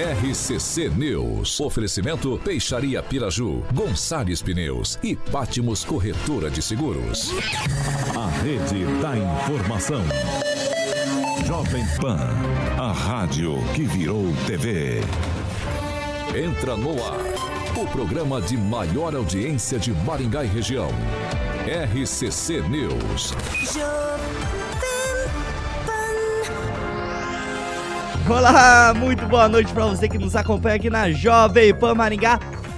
RCC News. Oferecimento Peixaria Piraju, Gonçalves Pneus e Pátimos Corretora de Seguros. A Rede da Informação. Jovem Pan, a rádio que virou TV. Entra no ar, o programa de maior audiência de Maringá e região. RCC News. Olá, muito boa noite para você que nos acompanha aqui na Jovem Pan Maringá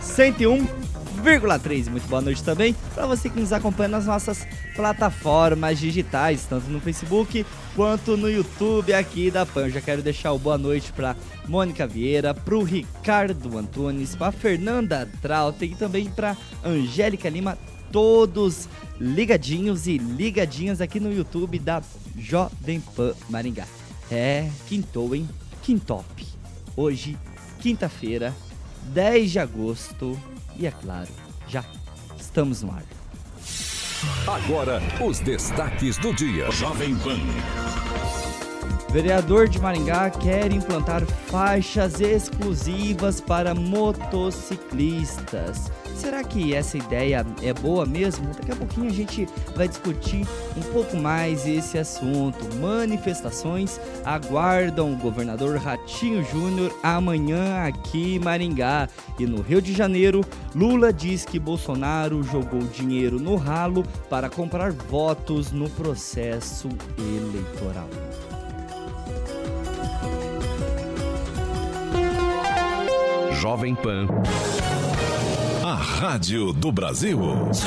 101,3. Muito boa noite também para você que nos acompanha nas nossas plataformas digitais, tanto no Facebook quanto no YouTube aqui da Pan. Eu já quero deixar o boa noite para Mônica Vieira, para o Ricardo Antunes, para Fernanda Trautem e também para Angélica Lima, todos ligadinhos e ligadinhas aqui no YouTube da Jovem Pan Maringá. Quintou, hein? Quintop. Hoje, quinta-feira, 10 de agosto. E é claro, já estamos no ar. Agora, os destaques do dia. Jovem Pan. Vereador de Maringá quer implantar faixas exclusivas para motociclistas. Será que essa ideia é boa mesmo? Daqui a pouquinho a gente vai discutir um pouco mais esse assunto. Manifestações aguardam o governador Ratinho Júnior amanhã aqui em Maringá. E no Rio de Janeiro, Lula diz que Bolsonaro jogou dinheiro no ralo para comprar votos no processo eleitoral. Jovem Pan, a rádio do Brasil.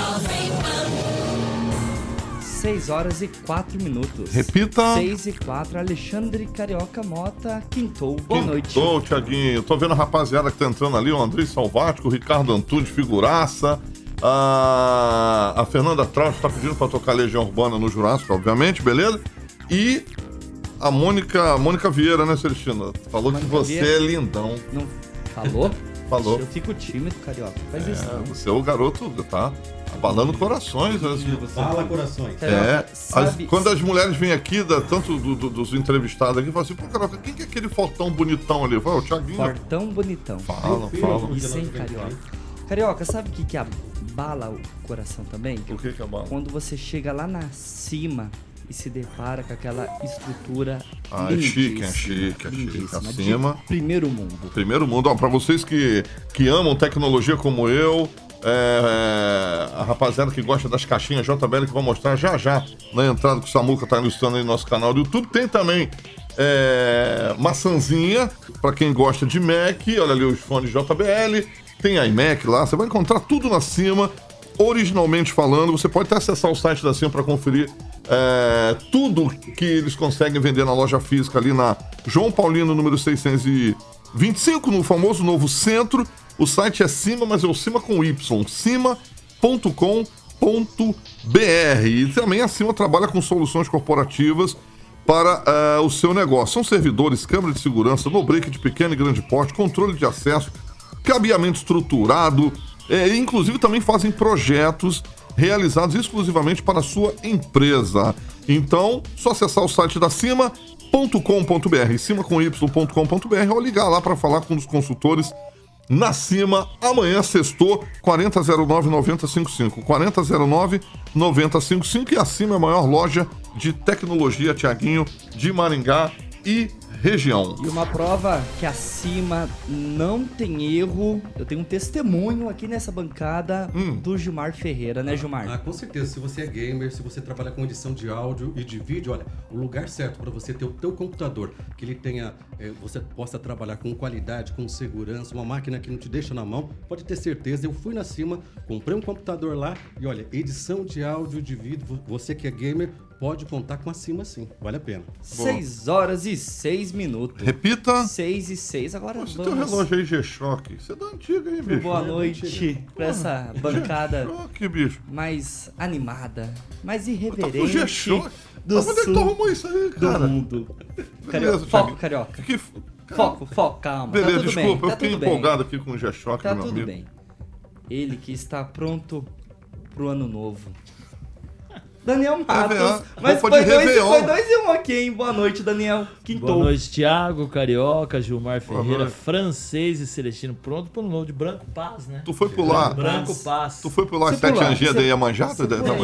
6 horas e 4 minutos. Repita. 6 e 4, Alexandre Carioca Mota quintou. Boa noite. Quintou, Thiaguinho. Tô vendo a rapaziada que tá entrando ali, o Andrei Salvático, o Ricardo Antunes, figuraça. A Fernanda Trautem tá pedindo pra tocar Legião Urbana no Jurássico, obviamente, beleza? E a Mônica Vieira, né, Celestina? Falou Mônica que você Vieira é lindão. Não falou? Falou. Eu fico tímido, Carioca. Faz isso não. Você é o garoto, tá? Abalando corações. Fala corações. Quando as mulheres vêm aqui, tanto dos entrevistados aqui, falam assim, pô, Carioca, quem que é aquele fortão bonitão ali? Fala, o Thiaguinho. Fortão bonitão. Falam. E sem Carioca. Carioca, sabe o que abala o coração também? O que abala? Quando você chega lá na cima e se depara com aquela estrutura chique. Acima. Primeiro mundo. Primeiro mundo. Ó, pra vocês que amam tecnologia como eu, a rapaziada que gosta das caixinhas JBL, que vou mostrar já na entrada que o Samuca tá ilustrando aí no nosso canal do YouTube. Tem também maçãzinha, pra quem gosta de Mac. Olha ali os fones JBL. Tem iMac lá. Você vai encontrar tudo na Cima. Originalmente falando, você pode até acessar o site da Cima para conferir tudo que eles conseguem vender na loja física ali na João Paulino, número 625, no famoso Novo Centro. O site é Cima, mas é o Cima com Y, cima.com.br. E também a Cima trabalha com soluções corporativas para o seu negócio. São servidores, câmera de segurança, no break de pequeno e grande porte, controle de acesso, cabeamento estruturado, inclusive também fazem projetos realizados exclusivamente para a sua empresa. Então, só acessar o site da Cima.com.br, cima com y.com.br, ou ligar lá para falar com um dos consultores na Cima. Amanhã, sextou, 4009-9055. 4009-9055. E a Cima é a maior loja de tecnologia, Thiaguinho, de Maringá e região. E uma prova que a Cima não tem erro, eu tenho um testemunho aqui nessa bancada do Gilmar Ferreira, né, Gilmar? Com certeza, se você é gamer, se você trabalha com edição de áudio e de vídeo, olha, o lugar certo para você ter o teu computador, que ele tenha, você possa trabalhar com qualidade, com segurança, uma máquina que não te deixa na mão, pode ter certeza, eu fui na Cima, comprei um computador lá e olha, edição de áudio, de vídeo, você que é gamer, pode contar com a Cima sim, vale a pena. 6 horas e 6 minutos. Repita. 6 e 6, agora você vamos... tem um relógio aí G-Shock, você é da antiga aí, bicho. Boa noite pra essa bancada bicho. mais animada, mais irreverente do G-Shock. do onde é que tu arrumou isso aí, cara? Do mundo. Beleza, Foco, Carioca. Foco, calma. Beleza, tá tudo desculpa, bem, eu fiquei empolgado aqui com o G-Shock, tá meu tudo amigo. bem. Ele que está pronto pro ano novo. Daniel Matos. EVA, Mas roupa foi de dois Réveillon. e um aqui, hein? Boa noite, Daniel. Quintou. Boa noite, Thiago, Carioca, Gilmar Ferreira, noite. Francês e Celestino. Pronto pro novo de Branco Paz, né? Tu foi pular. Branco Paz. Tu foi pular Você Sete pula? Anjinhas Você- da Iemanjá? Você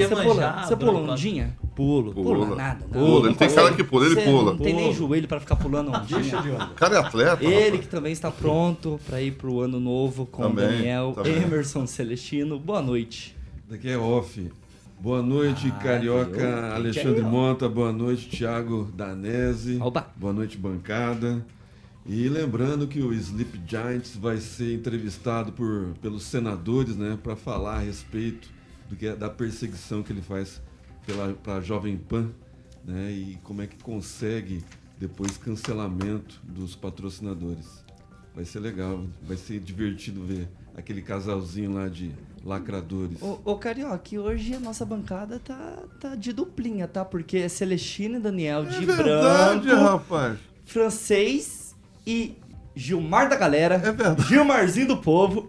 pula ondinha? Pulo. Pula nada. Pula. Ele tem cara que pula, ele Você pula. Não tem nem joelho pra ficar pulando ondinha. O cara é atleta. Ele rapaz. que também está pronto pra ir pro ano novo com Também, o Daniel também. Emerson Celestino. Boa noite. Daqui é off. Boa noite, Carioca, viu? Alexandre Que é Monta. Boa noite, Thiago Danese. Oba. Boa noite, bancada. E lembrando que o Sleep Giants vai ser entrevistado pelos senadores, né, para falar a respeito da perseguição que ele faz para a Jovem Pan, né, e como é que consegue depois cancelamento dos patrocinadores. Vai ser legal, vai ser divertido ver aquele casalzinho lá de lacradores. Ô Carioca, hoje a nossa bancada tá de duplinha, tá? Porque é Celestino e Daniel de verdade, branco, rapaz. Francês e Gilmar da galera. É verdade. Gilmarzinho do povo.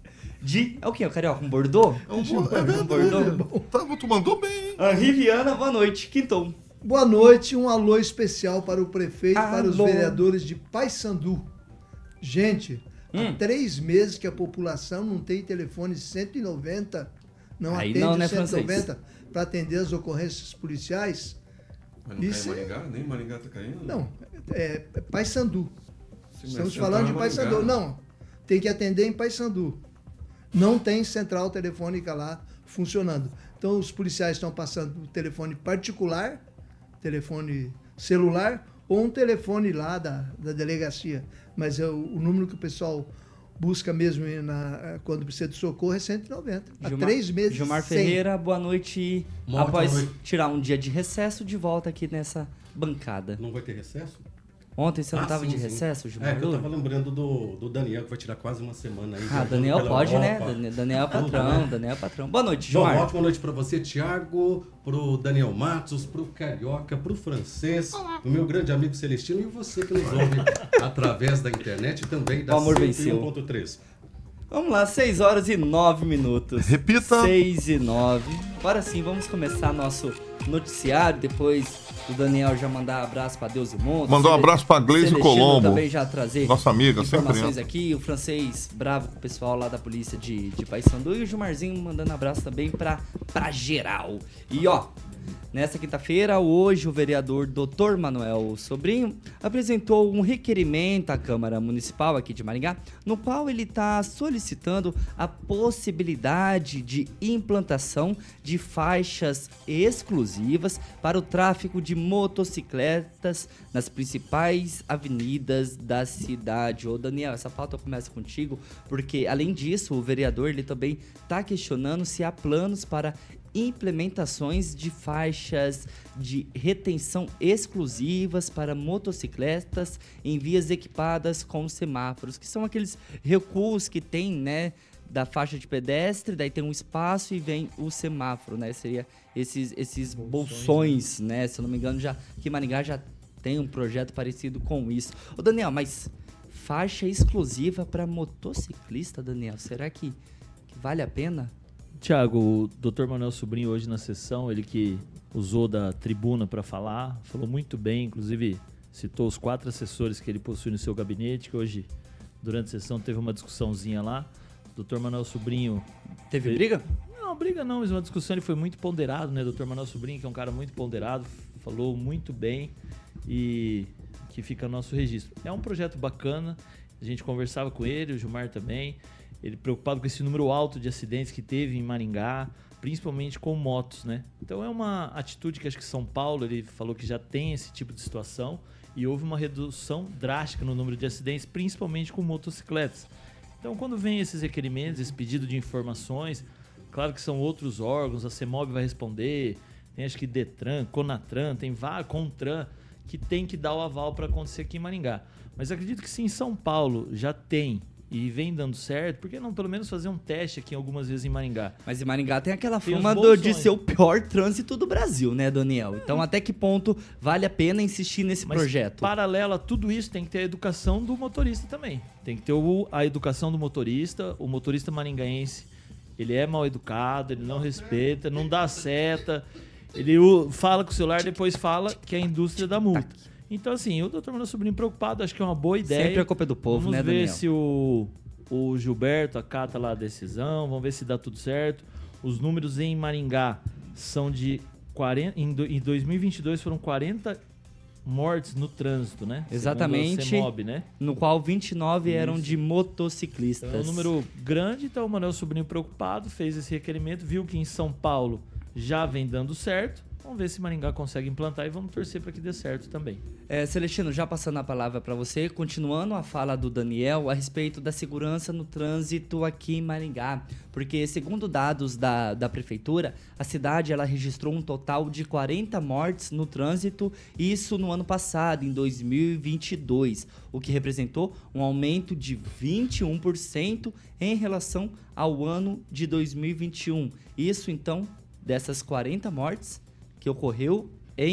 É o quê? O Carioca? Um bordô? É verdade. Tu mandou bem, hein? Henri Viana, boa noite. Quintou. Boa noite, um alô especial para o prefeito e para os Alô. vereadores de Paysandu. Gente, há 3 meses que a população não tem telefone 190, não Aí atende não, o né, 190 para atender as ocorrências policiais. Mas não Isso cai em Maringá? Nem Maringá tá caindo? Não, é Paysandu. Sim, mas Estamos central falando de é Maringá. Paysandu. Não, tem que atender em Paysandu. Não tem central telefônica lá funcionando. Então os policiais estão passando o telefone particular, telefone celular ou um telefone lá da delegacia. Mas o número que o pessoal busca mesmo quando precisa de socorro é 190. Há 3 meses. Gilmar sem. Ferreira, boa noite. Uma Após ótima noite. tirar um dia de recesso, de volta aqui nessa bancada. Não vai ter recesso? Ontem você não tava sim, de sim. recesso, Gilmar? É, eu tava lembrando do Daniel, que vai tirar quase uma semana aí. Ah, viajando Daniel pela pode, né? Europa. Daniel é patrão, Daniel é patrão. Boa noite, Bom, Gilmar. ótima noite pra você, Thiago, pro Daniel Matos, pro Carioca, pro Francês, o meu grande amigo Celestino e você que nos ouve através da internet e também da O amor venceu. 101.3. Vamos lá, 6 horas e 9 minutos. Repita. 6 e 9. Agora sim, vamos começar nosso noticiário. Depois do Daniel já mandar abraço pra Deus e o mundo. Mandar um abraço pra Gleise Celestino Colombo. também já trazer Nossa amiga, sempre informações entra. aqui. O Francês bravo com o pessoal lá da polícia de Paysandu. E o Gilmarzinho mandando abraço também pra geral. E ó, nessa quinta-feira, hoje, o vereador Dr. Manuel Sobrinho apresentou um requerimento à Câmara Municipal aqui de Maringá, no qual ele está solicitando a possibilidade de implantação de faixas exclusivas para o tráfego de motocicletas nas principais avenidas da cidade. Ô Daniel, essa pauta começa contigo, porque além disso, o vereador ele também está questionando se há planos para implementações de faixas de retenção exclusivas para motocicletas em vias equipadas com semáforos, que são aqueles recuos que tem, né, da faixa de pedestre, daí tem um espaço e vem o semáforo, né, seria esses bolsões, né, se eu não me engano, já que Maringá já tem um projeto parecido com isso. Ô Daniel, mas faixa exclusiva para motociclista, Daniel, será que vale a pena? Thiago, o Dr. Manuel Sobrinho hoje na sessão, ele que usou da tribuna para falar, falou muito bem, inclusive citou os 4 assessores que ele possui no seu gabinete, que hoje, durante a sessão, teve uma discussãozinha lá. O Dr. Manuel Sobrinho... Teve briga? Não, briga não, mas uma discussão, ele foi muito ponderado, né? Dr. Manuel Sobrinho, que é um cara muito ponderado, falou muito bem e que fica no nosso registro. É um projeto bacana, a gente conversava com ele, o Gilmar também, ele preocupado com esse número alto de acidentes que teve em Maringá, principalmente com motos, né? Então é uma atitude que acho que São Paulo, ele falou que já tem esse tipo de situação e houve uma redução drástica no número de acidentes, principalmente com motocicletas. Então quando vem esses requerimentos, esse pedido de informações, claro que são outros órgãos, a CEMOB vai responder, tem acho que Detran, Conatran, tem Contran, que tem que dar o aval para acontecer aqui em Maringá. Mas acredito que se em São Paulo já tem e vem dando certo, por que não pelo menos fazer um teste aqui algumas vezes em Maringá? Mas em Maringá tem aquela Tem os fama bolsões. de ser o pior trânsito do Brasil, né, Daniel? Então até que ponto vale a pena insistir nesse Mas projeto? paralelo a tudo isso, tem que ter a educação do motorista também. Tem que ter a educação do motorista. O motorista maringaense, ele é mal educado, ele não respeita, não dá seta. Ele fala com o celular, depois fala que é a indústria da multa. Então, assim, o doutor Manuel Sobrinho preocupado, acho que é uma boa ideia. Sempre a culpa é do povo, vamos né, Daniel? Vamos ver se o Gilberto acata lá a decisão, vamos ver se dá tudo certo. Os números em Maringá são de 40... Em 2022 foram 40 mortes no trânsito, né? Exatamente. Segundo a CEMOB, né? No qual 29 eram de motociclistas. Então, é um número grande, então o Manuel Sobrinho preocupado fez esse requerimento, viu que em São Paulo já vem dando certo. Vamos ver se Maringá consegue implantar e vamos torcer para que dê certo também. Celestino, já passando a palavra para você, continuando a fala do Daniel a respeito da segurança no trânsito aqui em Maringá, porque segundo dados da prefeitura, a cidade ela registrou um total de 40 mortes no trânsito, isso no ano passado, em 2022, o que representou um aumento de 21% em relação ao ano de 2021. Isso então, dessas 40 mortes que ocorreram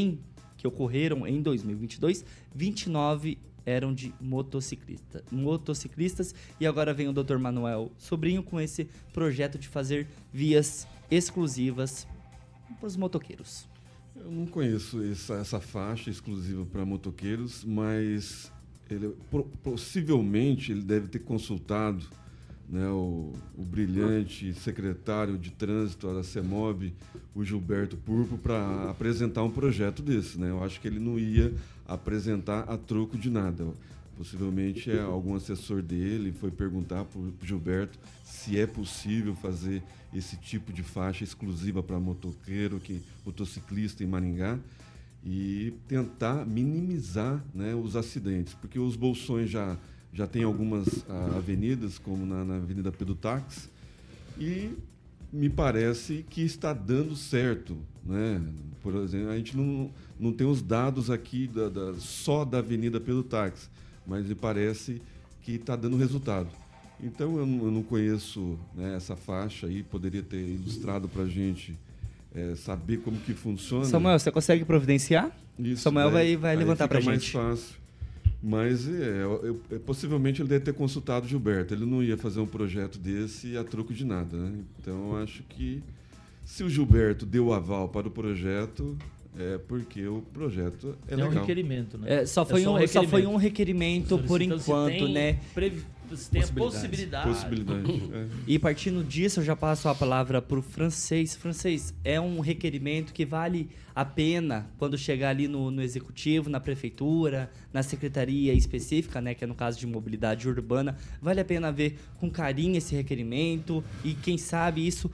em 2022, 29 eram de motociclistas. E agora vem o Dr. Manuel Sobrinho com esse projeto de fazer vias exclusivas para os motoqueiros. Eu não conheço essa faixa exclusiva para motoqueiros, mas possivelmente ele deve ter consultado, né, o brilhante secretário de trânsito da CEMOB, o Gilberto Purpo, para apresentar um projeto desse, né? Eu acho que ele não ia apresentar a troco de nada. Possivelmente algum assessor dele foi perguntar para o Gilberto se é possível fazer esse tipo de faixa exclusiva para motociclista em Maringá e tentar minimizar, né, os acidentes, porque os bolsões já tem algumas avenidas, como na Avenida Pedro Tax, e me parece que está dando certo, né? Por exemplo, a gente não tem os dados aqui só da Avenida Pedro Tax, mas me parece que está dando resultado. Então, eu não conheço, né, essa faixa aí, poderia ter ilustrado para a gente saber como que funciona. Samuel, você consegue providenciar? Isso, Samuel vai levantar para a gente. Fica mais fácil. Mas possivelmente ele deve ter consultado o Gilberto. Ele não ia fazer um projeto desse a troco de nada, né? Então, eu acho que se o Gilberto deu o aval para o projeto, é porque o projeto é legal. É um requerimento, né? Só foi um requerimento por enquanto, né? Você tem a possibilidade. E partindo disso, eu já passo a palavra para o Francês. Francês, é um requerimento que vale a pena quando chegar ali no executivo, na prefeitura, na secretaria específica, né, que é no caso de mobilidade urbana, vale a pena ver com carinho esse requerimento e quem sabe isso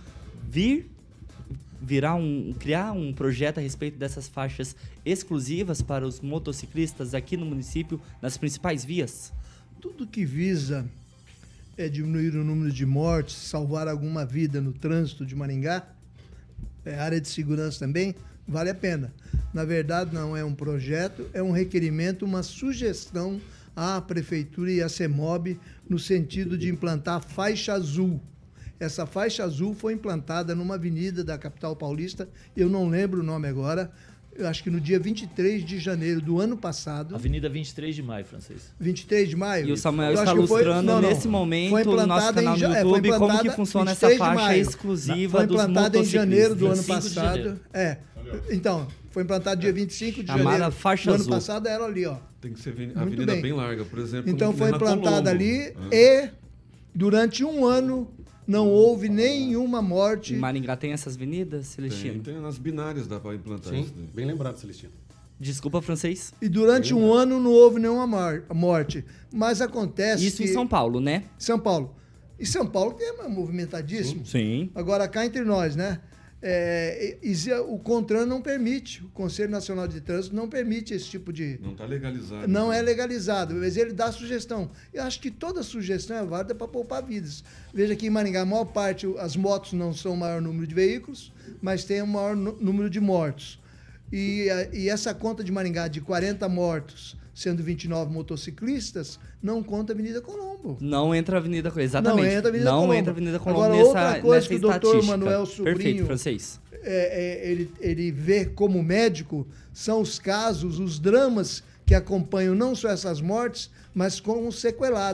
criar um projeto a respeito dessas faixas exclusivas para os motociclistas aqui no município, nas principais vias? Tudo que visa diminuir o número de mortes, salvar alguma vida no trânsito de Maringá, área de segurança também, vale a pena. Na verdade, não é um projeto, é um requerimento, uma sugestão à Prefeitura e à CEMOB no sentido de implantar a faixa azul. Essa faixa azul foi implantada numa avenida da capital paulista, eu não lembro o nome agora, eu acho que no dia 23 de janeiro do ano passado. Avenida 23 de Maio, Francês. 23 de maio? E o Samuel está ilustrando nesse momento no nosso canal no YouTube como que funciona essa faixa exclusiva dos motociclistas. Foi implantada em janeiro do ano passado. Então, foi implantada dia 25 de janeiro faixa do azul. ano passado, era ali, ó. Tem que ser avenida bem larga, por exemplo. Então foi implantada ali e durante um ano não houve nenhuma morte. Em Maringá tem essas avenidas, Celestino? Tem nas binárias, dá para implantar isso. Sim, bem lembrado, Celestino. Desculpa, Francês. E durante um ano não houve nenhuma morte. Mas acontece isso em São Paulo, né? São Paulo. E São Paulo é movimentadíssimo. Sim. Agora, cá entre nós, né? O CONTRAN não permite, o Conselho Nacional de Trânsito não permite esse tipo de... Não está legalizado. Não é legalizado, mas ele dá sugestão. Eu acho que toda sugestão é válida para poupar vidas. Veja que em Maringá, a maior parte, as motos não são o maior número de veículos, mas tem o maior número de mortos. E essa conta de Maringá de 40 mortos, sendo 29 motociclistas, não conta a Avenida Colombo. Não entra a Avenida Colombo, exatamente. Não entra a Avenida Colombo. Não entra a Avenida Colombo. Agora, outra coisa que o doutor Manuel Sobrinho... Perfeito, Francês. Ele vê como médico são os casos, os dramas que acompanham não só essas mortes, mas com os sequelados,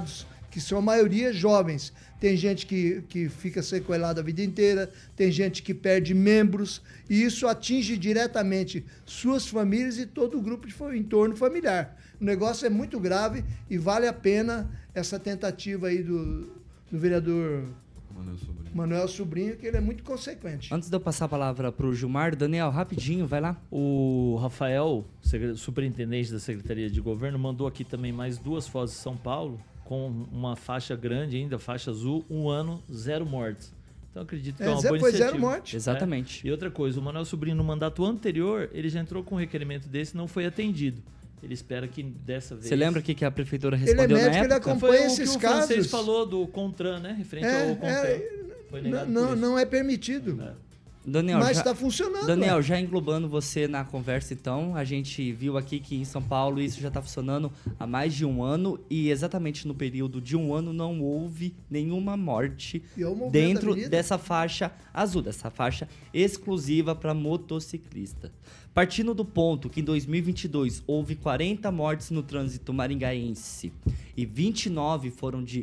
que são a maioria jovens. Tem gente que fica sequelada a vida inteira, tem gente que perde membros, e isso atinge diretamente suas famílias e todo o grupo de entorno familiar. O negócio é muito grave e vale a pena essa tentativa aí do vereador Manuel Sobrinho, que ele é muito consequente. Antes de eu passar a palavra para o Gilmar, Daniel, rapidinho, vai lá. O Rafael, superintendente da Secretaria de Governo, mandou aqui também mais 2 fotos de São Paulo, com uma faixa grande ainda, faixa azul, 1 ano, 0 mortes. Então acredito que é uma boa iniciativa. 0 mortes. Exatamente. E outra coisa, o Manuel Sobrinho, no mandato anterior, ele já entrou com um requerimento desse e não foi atendido. Ele espera que dessa vez... Você lembra o que a prefeitura Ele respondeu é médico, na ele época? acompanha esses o casos. francês falou do CONTRAN, né? Referente ao CONTRAN. Foi negado por isso. Não é permitido. Daniel, Mas está funcionando. Daniel, já englobando você na conversa, então, a gente viu aqui que em São Paulo isso já está funcionando há mais de 1 ano e exatamente no período de 1 ano não houve nenhuma morte dentro dessa faixa azul, dessa faixa exclusiva para motociclista. Partindo do ponto que em 2022 houve 40 mortes no trânsito maringaense e 29 foram de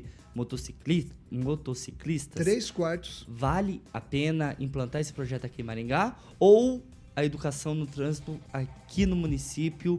motociclistas. 3/4. Vale a pena implantar esse projeto aqui em Maringá? Ou a educação no trânsito aqui no município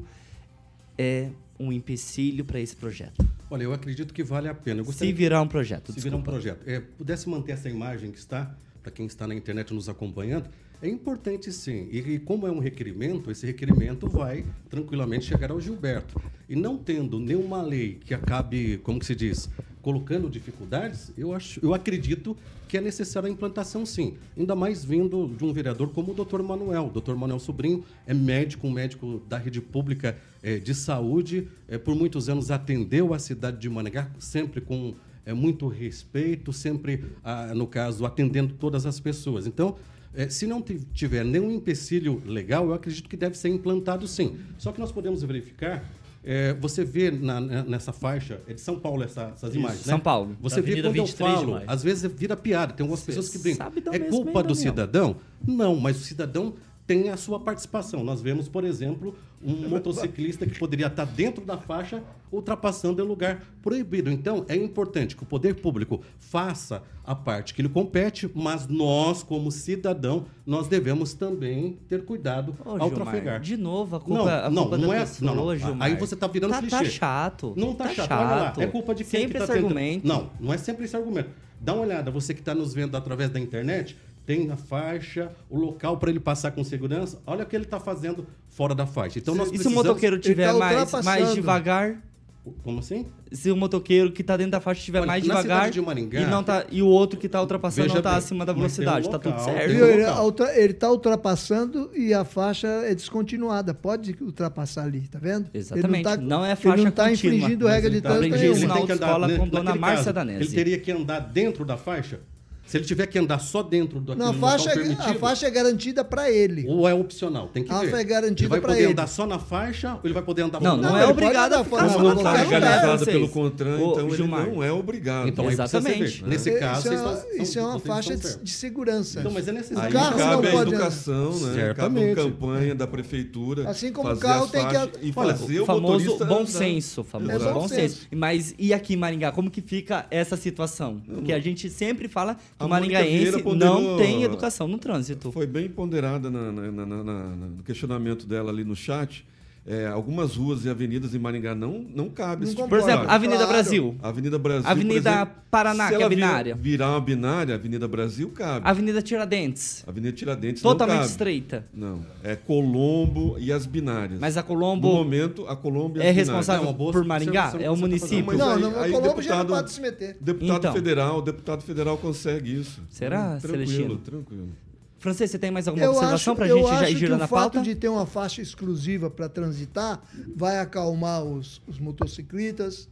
é um empecilho para esse projeto? Olha, eu acredito que vale a pena. Se virar um projeto, Se virar um projeto. Pudesse manter essa imagem que está, para quem está na internet nos acompanhando, é importante sim. E como é um requerimento, esse requerimento vai tranquilamente chegar ao Gilberto. E não tendo nenhuma lei que acabe, como que se diz, colocando dificuldades, eu acredito que é necessária a implantação sim. Ainda mais vindo de um vereador como o Dr. Manuel. O Dr. Manuel Sobrinho é médico, um médico da rede pública de saúde. Por muitos anos atendeu a cidade de Maringá, sempre com muito respeito, sempre, no caso, atendendo todas as pessoas. Então, se não tiver nenhum empecilho legal, eu acredito que deve ser implantado sim. Só que nós podemos verificar, você vê nessa faixa, é de São Paulo essas imagens, né? São Paulo. Você vê quando eu falo, às vezes vira piada, tem algumas pessoas que brincam. É culpa do cidadão? Não, mas o cidadão tem a sua participação. Nós vemos, por exemplo, um motociclista que poderia estar dentro da faixa ultrapassando em lugar proibido. Então, é importante que o poder público faça a parte que lhe compete, mas nós, como cidadão, nós devemos também ter cuidado ao trafegar. De novo, a culpa da pessoa, Gilmar. Aí você está virando clichê. Tá chato. Não tá chato. Olha lá, é culpa de quem sempre que tá esse tentando... argumento. Não é sempre esse argumento. Dá uma olhada, você que está nos vendo através da internet, tem na faixa o local para ele passar com segurança. Olha o que ele está fazendo fora da faixa. Então, nós precisamos... E se o motoqueiro estiver mais devagar? Como assim? Se o motoqueiro que está dentro da faixa estiver mais devagar de Maringá, e o outro que está ultrapassando não está acima da velocidade, está tudo certo. Ele está ultrapassando e a faixa é descontinuada. Pode ultrapassar ali, tá vendo? Exatamente. Não é faixa contínua. Ele não está infringindo regra de trânsito. Aprendi isso na autoescola com Dona Márcia Danese. Ele teria que andar dentro da faixa? Se ele tiver que andar só dentro do local permitido... A faixa é garantida para ele. Ou é opcional? Tem que ver. A faixa é garantida para ele. Ele vai poder andar só na faixa ou ele vai poder andar... Não é obrigado a ficar só na faixa. Legalizada pelo CONTRAN, então ele não é obrigado. Então, exatamente. Nesse caso... Isso é uma faixa de segurança. Então, mas é necessário. Aí cabe a educação, né? Cabe uma campanha da prefeitura. Assim como o carro tem que... E fazer o famoso bom senso. Famoso bom senso. Mas e aqui em Maringá, como que fica essa situação? Porque a gente sempre fala que o maringaense não tem educação no trânsito. Foi bem ponderada no questionamento dela ali no chat. Algumas ruas e avenidas em Maringá não cabe. Por exemplo, Avenida Brasil. Avenida Brasil. Avenida exemplo, Paraná, que é binária. Virar uma binária, Avenida Brasil cabe. Avenida Tiradentes. Avenida Tiradentes totalmente não cabe. estreita. Não. É Colombo e as binárias. Mas a Colombo. No momento, a Colombo e as é binárias. responsável por Maringá? É o município? Não, a Colombo já não pode se meter. Deputado federal consegue isso. Será, Celestino? Tranquilo. Francês, você tem mais alguma observação para a gente já ir girando a pauta? O fato de ter uma faixa exclusiva para transitar vai acalmar os motociclistas,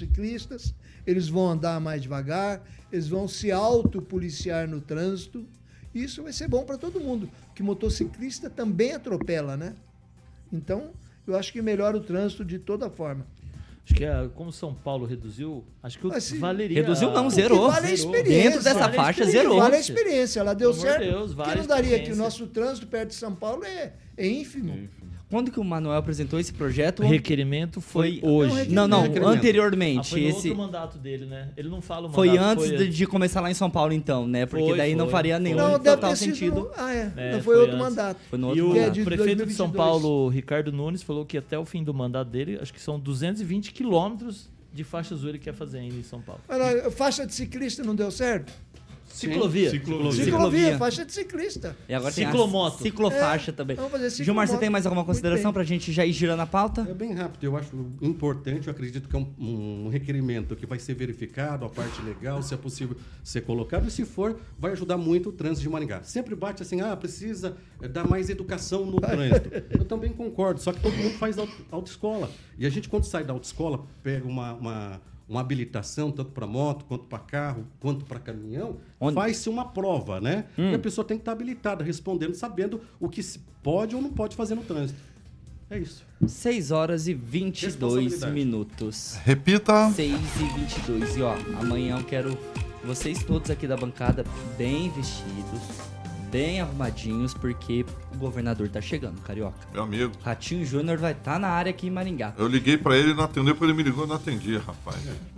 eles vão andar mais devagar, eles vão se autopoliciar no trânsito. Isso vai ser bom para todo mundo, porque motociclista também atropela, né? Então, eu acho que melhora o trânsito de toda forma. Acho que como São Paulo reduziu, acho que valeria... Reduziu não, zerou. Vale a experiência. Dentro dessa faixa, zerou. Vale a experiência. Ela deu certo. Deus, porque não daria que o nosso trânsito perto de São Paulo é ínfimo. Quando que o Manuel apresentou esse projeto? O requerimento foi hoje. Não, requerimento. anteriormente. Foi no esse outro mandato dele, né? Ele não fala o mandato. foi antes de começar lá em São Paulo, então, né? Porque daí não faria nenhum Não, deve total ter sido... sentido. Não foi outro antes. mandato. Foi no E outro o Que é mandato. de prefeito de São 2022. Paulo, Ricardo Nunes, falou que até o fim do mandato dele, acho que são 220 quilômetros de faixa azul ele quer fazer ainda em São Paulo. Olha, faixa de ciclista não deu certo? Ciclovia. Ciclovia, faixa de ciclista. E agora Ciclomoto. tem a ciclofaixa também. Vamos fazer ciclomoto. Gilmar, você tem mais alguma Muito consideração bem. pra gente já ir girando a pauta? É bem rápido, eu acho importante, eu acredito que é um requerimento que vai ser verificado, a parte legal, se é possível ser colocado, e se for, vai ajudar muito o trânsito de Maringá. Sempre bate assim, precisa dar mais educação no trânsito. Eu também concordo, só que todo mundo faz autoescola. E a gente, quando sai da autoescola, pega uma habilitação, tanto para moto, quanto para carro, quanto para caminhão, faz-se uma prova, né? E a pessoa tem que estar habilitada, respondendo, sabendo o que se pode ou não pode fazer no trânsito. É isso. 6 horas e 22 minutos. Repita. 6 e 22. E ó, amanhã eu quero vocês todos aqui da bancada bem vestidos, bem arrumadinhos, porque o governador tá chegando, Carioca. Meu amigo. Ratinho Júnior vai estar na área aqui em Maringá. Eu liguei pra ele, não atendeu, depois ele me ligou e não atendi, rapaz.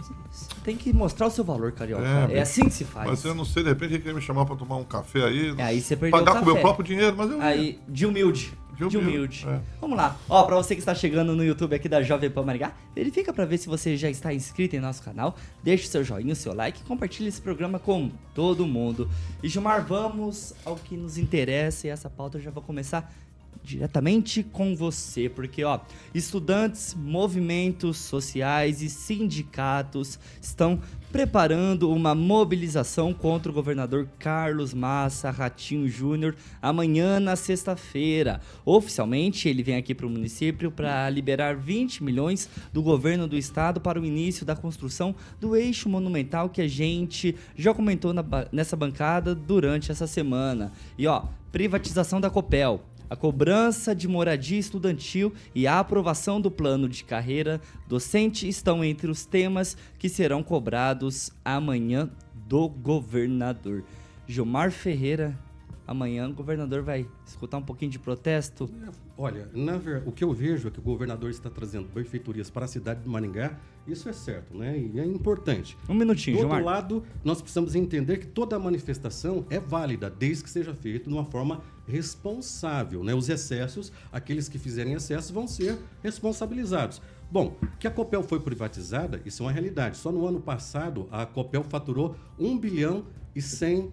Tem que mostrar o seu valor, Carioca. É, É assim que se faz. Mas eu não sei, de repente ele queria me chamar pra tomar um café aí. Aí você perdeu pagar o com o meu café. próprio dinheiro, mas eu Aí, de humilde. De humilde, é. Vamos lá. Ó, pra você que está chegando no YouTube aqui da Jovem Pan Maringá, verifica pra ver se você já está inscrito em nosso canal. Deixe seu joinha, seu like e compartilhe esse programa com todo mundo. E Gilmar, vamos ao que nos interessa, e essa pauta eu já vou começar diretamente com você, porque ó, estudantes, movimentos sociais e sindicatos estão preparando uma mobilização contra o governador Carlos Massa Ratinho Júnior amanhã na sexta-feira. Oficialmente, ele vem aqui para o município para liberar 20 milhões do governo do estado para o início da construção do eixo monumental que a gente já comentou nessa bancada durante essa semana. E ó, privatização da Copel, a cobrança de moradia estudantil e a aprovação do plano de carreira docente estão entre os temas que serão cobrados amanhã do governador. Gilmar Ferreira, amanhã o governador vai escutar um pouquinho de protesto? Olha, o que eu vejo é que o governador está trazendo benfeitorias para a cidade de Maringá, isso é certo, né? E é importante. Um minutinho, Do Gilmar. outro lado, nós precisamos entender que toda manifestação é válida, desde que seja feita de uma forma responsável, né? Os excessos, aqueles que fizerem excessos vão ser responsabilizados. Bom, que a Copel foi privatizada, isso é uma realidade. Só no ano passado, a Copel faturou 1 bilhão e 100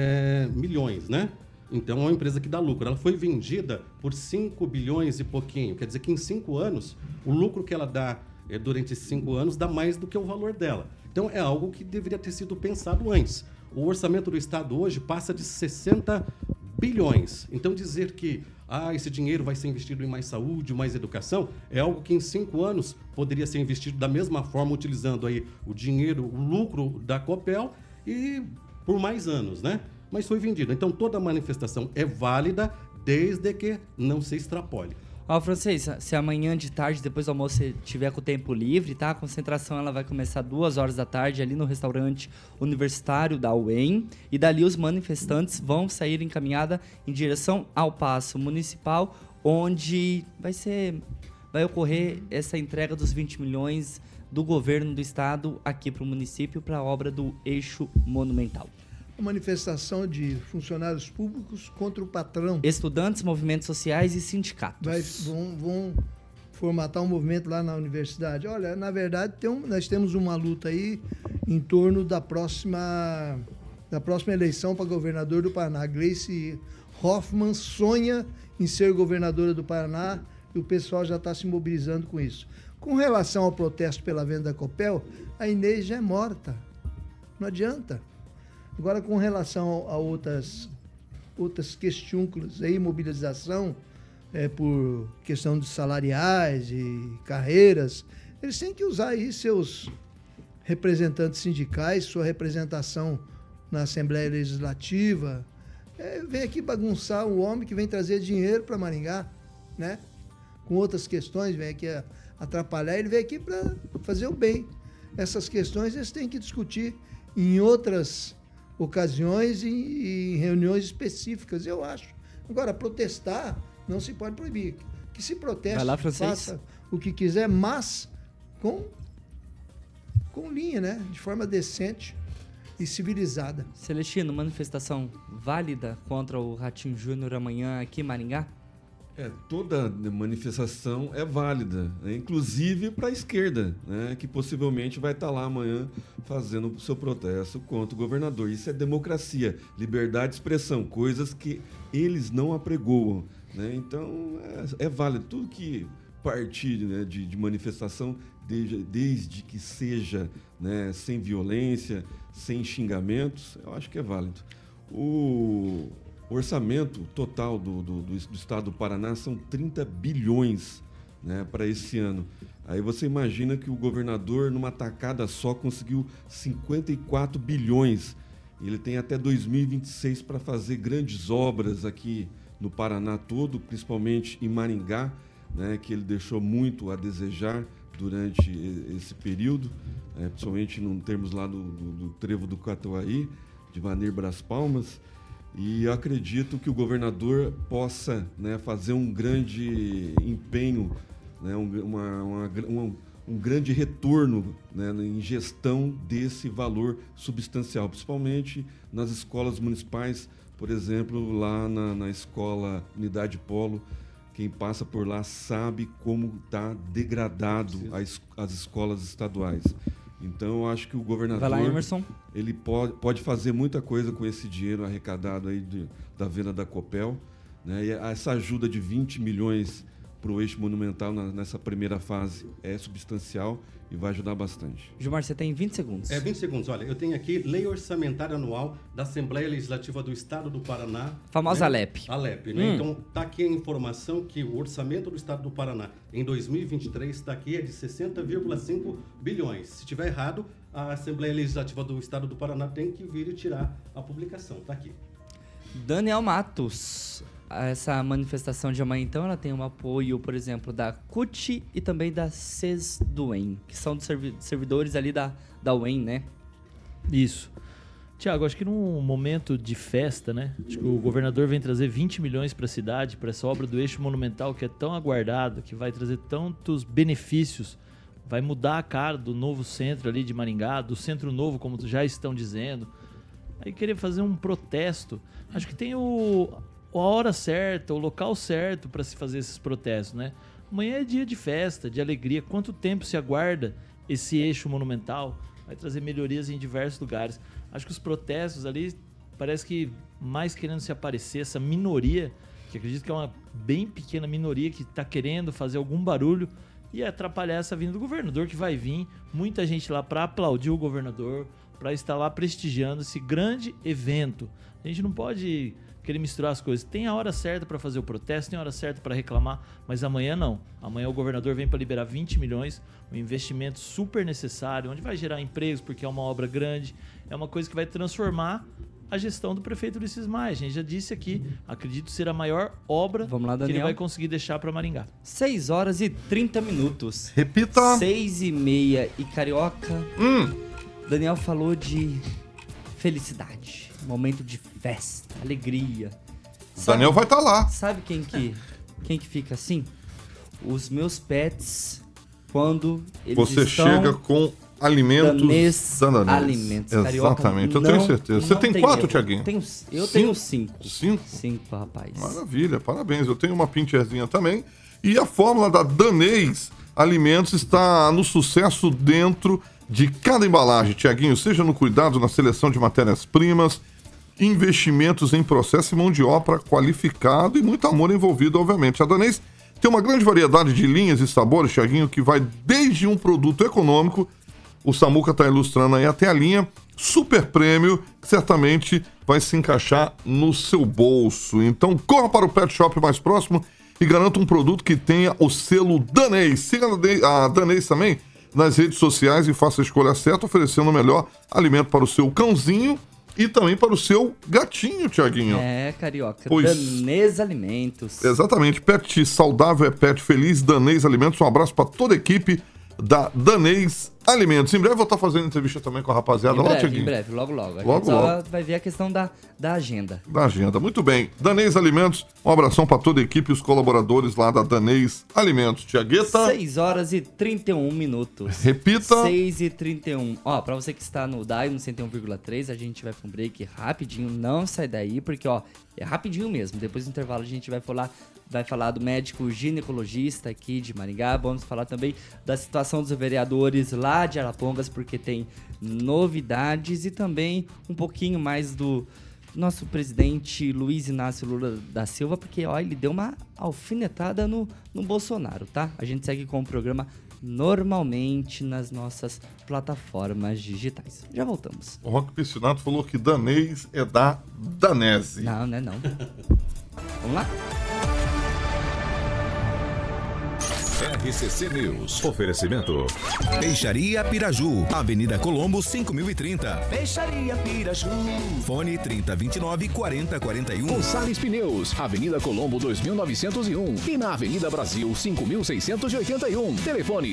milhões, né? Então, é uma empresa que dá lucro. Ela foi vendida por 5 bilhões e pouquinho. Quer dizer que em 5 anos, o lucro que ela dá durante esses 5 anos dá mais do que o valor dela. Então, é algo que deveria ter sido pensado antes. O orçamento do Estado hoje passa de 60 bilhões. Então, dizer que esse dinheiro vai ser investido em mais saúde, mais educação, é algo que em 5 anos poderia ser investido da mesma forma, utilizando aí o dinheiro, o lucro da Copel e por mais anos, né? Mas foi vendido. Então, toda manifestação é válida desde que não se extrapole. Ó, Francês, se amanhã de tarde, depois do almoço, você tiver com o tempo livre, tá? A concentração ela vai começar 2 horas da tarde ali no restaurante universitário da UEM. E dali os manifestantes vão sair encaminhada em direção ao Paço Municipal, onde vai ocorrer essa entrega dos 20 milhões do governo do estado aqui para o município para a obra do eixo monumental. Uma manifestação de funcionários públicos contra o patrão. Estudantes, movimentos sociais e sindicatos. Vão formatar um movimento lá na universidade. Olha, na verdade, nós temos uma luta aí em torno da próxima eleição para governador do Paraná. Gleice Hoffmann sonha em ser governadora do Paraná e o pessoal já está se mobilizando com isso. Com relação ao protesto pela venda da Copel, a Inês já é morta. Não adianta. Agora, com relação a outras questões aí, mobilização por questão de salariais e carreiras, eles têm que usar aí seus representantes sindicais, sua representação na Assembleia Legislativa. Vem aqui bagunçar o homem que vem trazer dinheiro para Maringá, né? Com outras questões, vem aqui atrapalhar, ele vem aqui para fazer o bem. Essas questões eles têm que discutir em outras ocasiões e em reuniões específicas, eu acho. Agora, protestar não se pode proibir. que se proteste, Vai lá, francês. faça o que quiser, mas com linha, né? De forma decente e civilizada. Celestino, manifestação válida contra o Ratinho Júnior amanhã aqui em Maringá? Toda manifestação é válida, né? Inclusive para a esquerda, né? Que possivelmente vai estar lá amanhã fazendo o seu protesto contra o governador. Isso é democracia, liberdade de expressão, coisas que eles não apregoam, né? Então é válido. Tudo que partir, né, de manifestação, desde que seja, né, sem violência, sem xingamentos, eu acho que é válido. O orçamento total do estado do Paraná são 30 bilhões, né, para esse ano. Aí você imagina que o governador, numa tacada só, conseguiu 54 bilhões. Ele tem até 2026 para fazer grandes obras aqui no Paraná todo, principalmente em Maringá, né, que ele deixou muito a desejar durante esse período, principalmente em termos lá do trevo do Catuaí, de Vanir Bras Palmas. E eu acredito que o governador possa, né, fazer um grande empenho, né, um grande retorno, né, em gestão desse valor substancial, principalmente nas escolas municipais, por exemplo, lá na escola Unidade Polo. Quem passa por lá sabe como está degradado as escolas estaduais. Então, eu acho que o governador, Vai lá, Emerson. ele pode fazer muita coisa com esse dinheiro arrecadado aí da venda da Copel, né? E essa ajuda de 20 milhões para o eixo monumental nessa primeira fase é substancial e vai ajudar bastante. Gilmar, você tem 20 segundos. 20 segundos. Olha, eu tenho aqui Lei Orçamentária Anual da Assembleia Legislativa do Estado do Paraná. Famosa ALEP. ALEP, né? Então, tá aqui a informação que o orçamento do Estado do Paraná em 2023 está aqui, é de 60,5 bilhões. Se tiver errado, a Assembleia Legislativa do Estado do Paraná tem que vir e tirar a publicação. Tá aqui. Daniel Matos. Essa manifestação de amanhã, então, ela tem um apoio, por exemplo, da CUT e também da CESDUEM, que são dos servidores ali da UEM, né? Isso. Tiago, acho que num momento de festa, né? Acho que o governador vem trazer 20 milhões para a cidade, para essa obra do eixo monumental que é tão aguardada, que vai trazer tantos benefícios, vai mudar a cara do novo centro ali de Maringá, do centro novo, como já estão dizendo. Aí querer fazer um protesto, acho que tem a hora certa, o local certo para se fazer esses protestos, né? Amanhã é dia de festa, de alegria. Quanto tempo se aguarda esse eixo monumental? Vai trazer melhorias em diversos lugares. Acho que os protestos ali, parece que mais querendo se aparecer, essa minoria, que acredito que é uma bem pequena minoria que está querendo fazer algum barulho e atrapalhar essa vinda do governador, que vai vir muita gente lá para aplaudir o governador, para estar lá prestigiando esse grande evento. A gente não pode querer misturar as coisas. Tem a hora certa para fazer o protesto, tem a hora certa para reclamar, mas amanhã não. Amanhã o governador vem para liberar 20 milhões, um investimento super necessário, onde vai gerar empregos, porque é uma obra grande, é uma coisa que vai transformar a gestão do prefeito Ulisses Maia. A gente já disse aqui, acredito ser a maior obra que ele vai conseguir deixar para Maringá. 6 horas e 30 minutos. Repita. 6h30 e Carioca. Daniel falou de felicidade, momento de festa, alegria. Daniel vai estar lá. Sabe quem que fica assim? Os meus pets, quando eles Você estão... chega com alimentos da Danês. Alimentos. Exatamente, eu Carioca, tenho certeza. Você tem 4, Tiaguinho? Eu tenho 5. 5? 5, rapaz. Maravilha, parabéns. Eu tenho uma pincherzinha também. E a fórmula da Danês Alimentos está no sucesso dentro de cada embalagem, Tiaguinho, seja no cuidado na seleção de matérias-primas, investimentos em processo e mão de obra qualificado e muito amor envolvido, obviamente. A Danês tem uma grande variedade de linhas e sabores, Tiaguinho, que vai desde um produto econômico, o Samuca está ilustrando aí, até a linha super prêmio, que certamente vai se encaixar no seu bolso. Então corra para o pet shop mais próximo e garanta um produto que tenha o selo Danês. Siga a Danês também nas redes sociais e faça a escolha certa, oferecendo o melhor alimento para o seu cãozinho e também para o seu gatinho, Tiaguinho. É, Carioca. Danês Alimentos. Exatamente. Pet saudável é pet feliz. Danês Alimentos. Um abraço para toda a equipe da Danês Alimentos. Em breve eu vou estar fazendo entrevista também com a rapaziada lá, Tiaguinho. Em breve, logo. A Logo, gente só vai ver a questão da agenda. Da agenda. Muito bem. Danês Alimentos, um abração para toda a equipe e os colaboradores lá da Danês Alimentos. Tiagueta. 6 horas e 31 minutos. Repita. 6h31. Ó, pra você que está no DAI, no 101,3, a gente vai pra um break rapidinho. Não sai daí, porque, ó, é rapidinho mesmo. Depois do intervalo a gente vai falar do médico ginecologista aqui de Maringá. Vamos falar também da situação dos vereadores lá de Arapongas, porque tem novidades e também um pouquinho mais do nosso presidente Luiz Inácio Lula da Silva, porque, ó, ele deu uma alfinetada no Bolsonaro, tá? A gente segue com o programa normalmente nas nossas plataformas digitais. Já voltamos. O Roque Piscinato falou que danês é da Danese. Não, né, não. Vamos lá? RCC News. Oferecimento. Peixaria Piraju, Avenida Colombo, 5030. Peixaria Piraju. Fone 3029-4041. Gonçalves Pneus, Avenida Colombo, 2901. E na Avenida Brasil, 5681. Telefone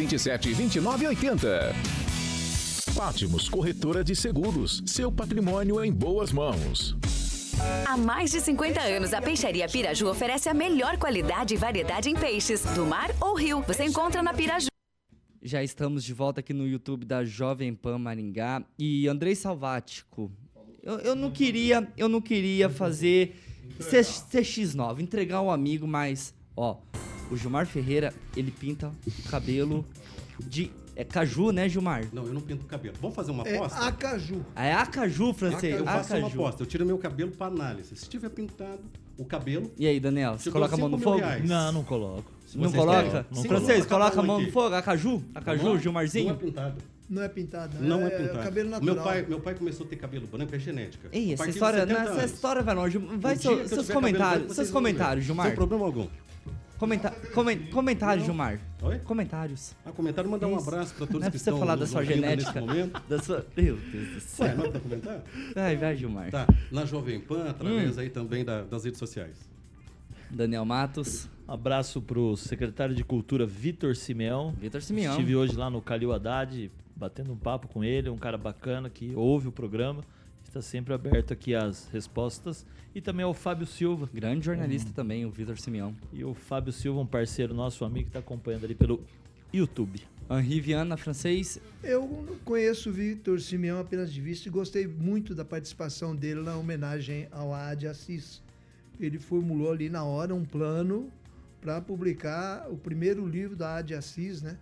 3027-2980. Patmos Corretora de Seguros. Seu patrimônio em boas mãos. Há mais de 50 anos, a Peixaria Piraju oferece a melhor qualidade e variedade em peixes, do mar ou rio. Você encontra na Piraju. Já estamos de volta aqui no YouTube da Jovem Pan Maringá. E Andrei Salvático, eu não queria fazer CX9, entregar um amigo, mas, ó, o Gilmar Ferreira, ele pinta o cabelo de... É caju, né, Gilmar? Não, eu não pinto o cabelo. Vamos fazer uma aposta? É acaju. É acaju, francês. Eu faço uma Acaju. aposta. Eu tiro meu cabelo para análise. Se tiver pintado o cabelo... E aí, Daniel, você coloca a mão no fogo? Não coloco. Não vocês coloca? querem. Francês, Sim, coloca a mão aqui. no fogo? Acaju? Acaju, Gilmarzinho? Não é pintado. Não é pintado. Não é pintado. Cabelo natural. Meu pai começou a ter cabelo branco, é genética. Ei, A essa partir de história, 70 essa anos. história vai longe. Vai Um dia que eu seus tiver comentários, cabelo branco, seus vocês vão comentários, ver. Gilmar. Sem problema algum. Comentários, Gilmar. Oi? Comentários. Comentário, mandar um Isso. abraço para todos Não é que pra você estão falar da nos sua ouvindo genética. nesse momento. Da sua... Meu Deus do céu. Ué, não é pra comentar? Vai, Gilmar. Tá, na Jovem Pan, através aí também das redes sociais. Daniel Matos. Abraço pro secretário de Cultura, Vitor Simeão. Vitor Simeão. Estive hoje lá no Calil Haddad, batendo um papo com ele, um cara bacana que ouve o programa, está sempre aberto aqui às respostas. E também ao Fábio Silva. Grande jornalista também, o Vitor Simeão. E o Fábio Silva, um parceiro nosso, amigo, que está acompanhando ali pelo YouTube. Henri Viana, francês. Eu conheço o Vitor Simeão apenas de vista e gostei muito da participação dele na homenagem ao Ade Assis. Ele formulou ali na hora um plano para publicar o primeiro livro da Ade Assis, né?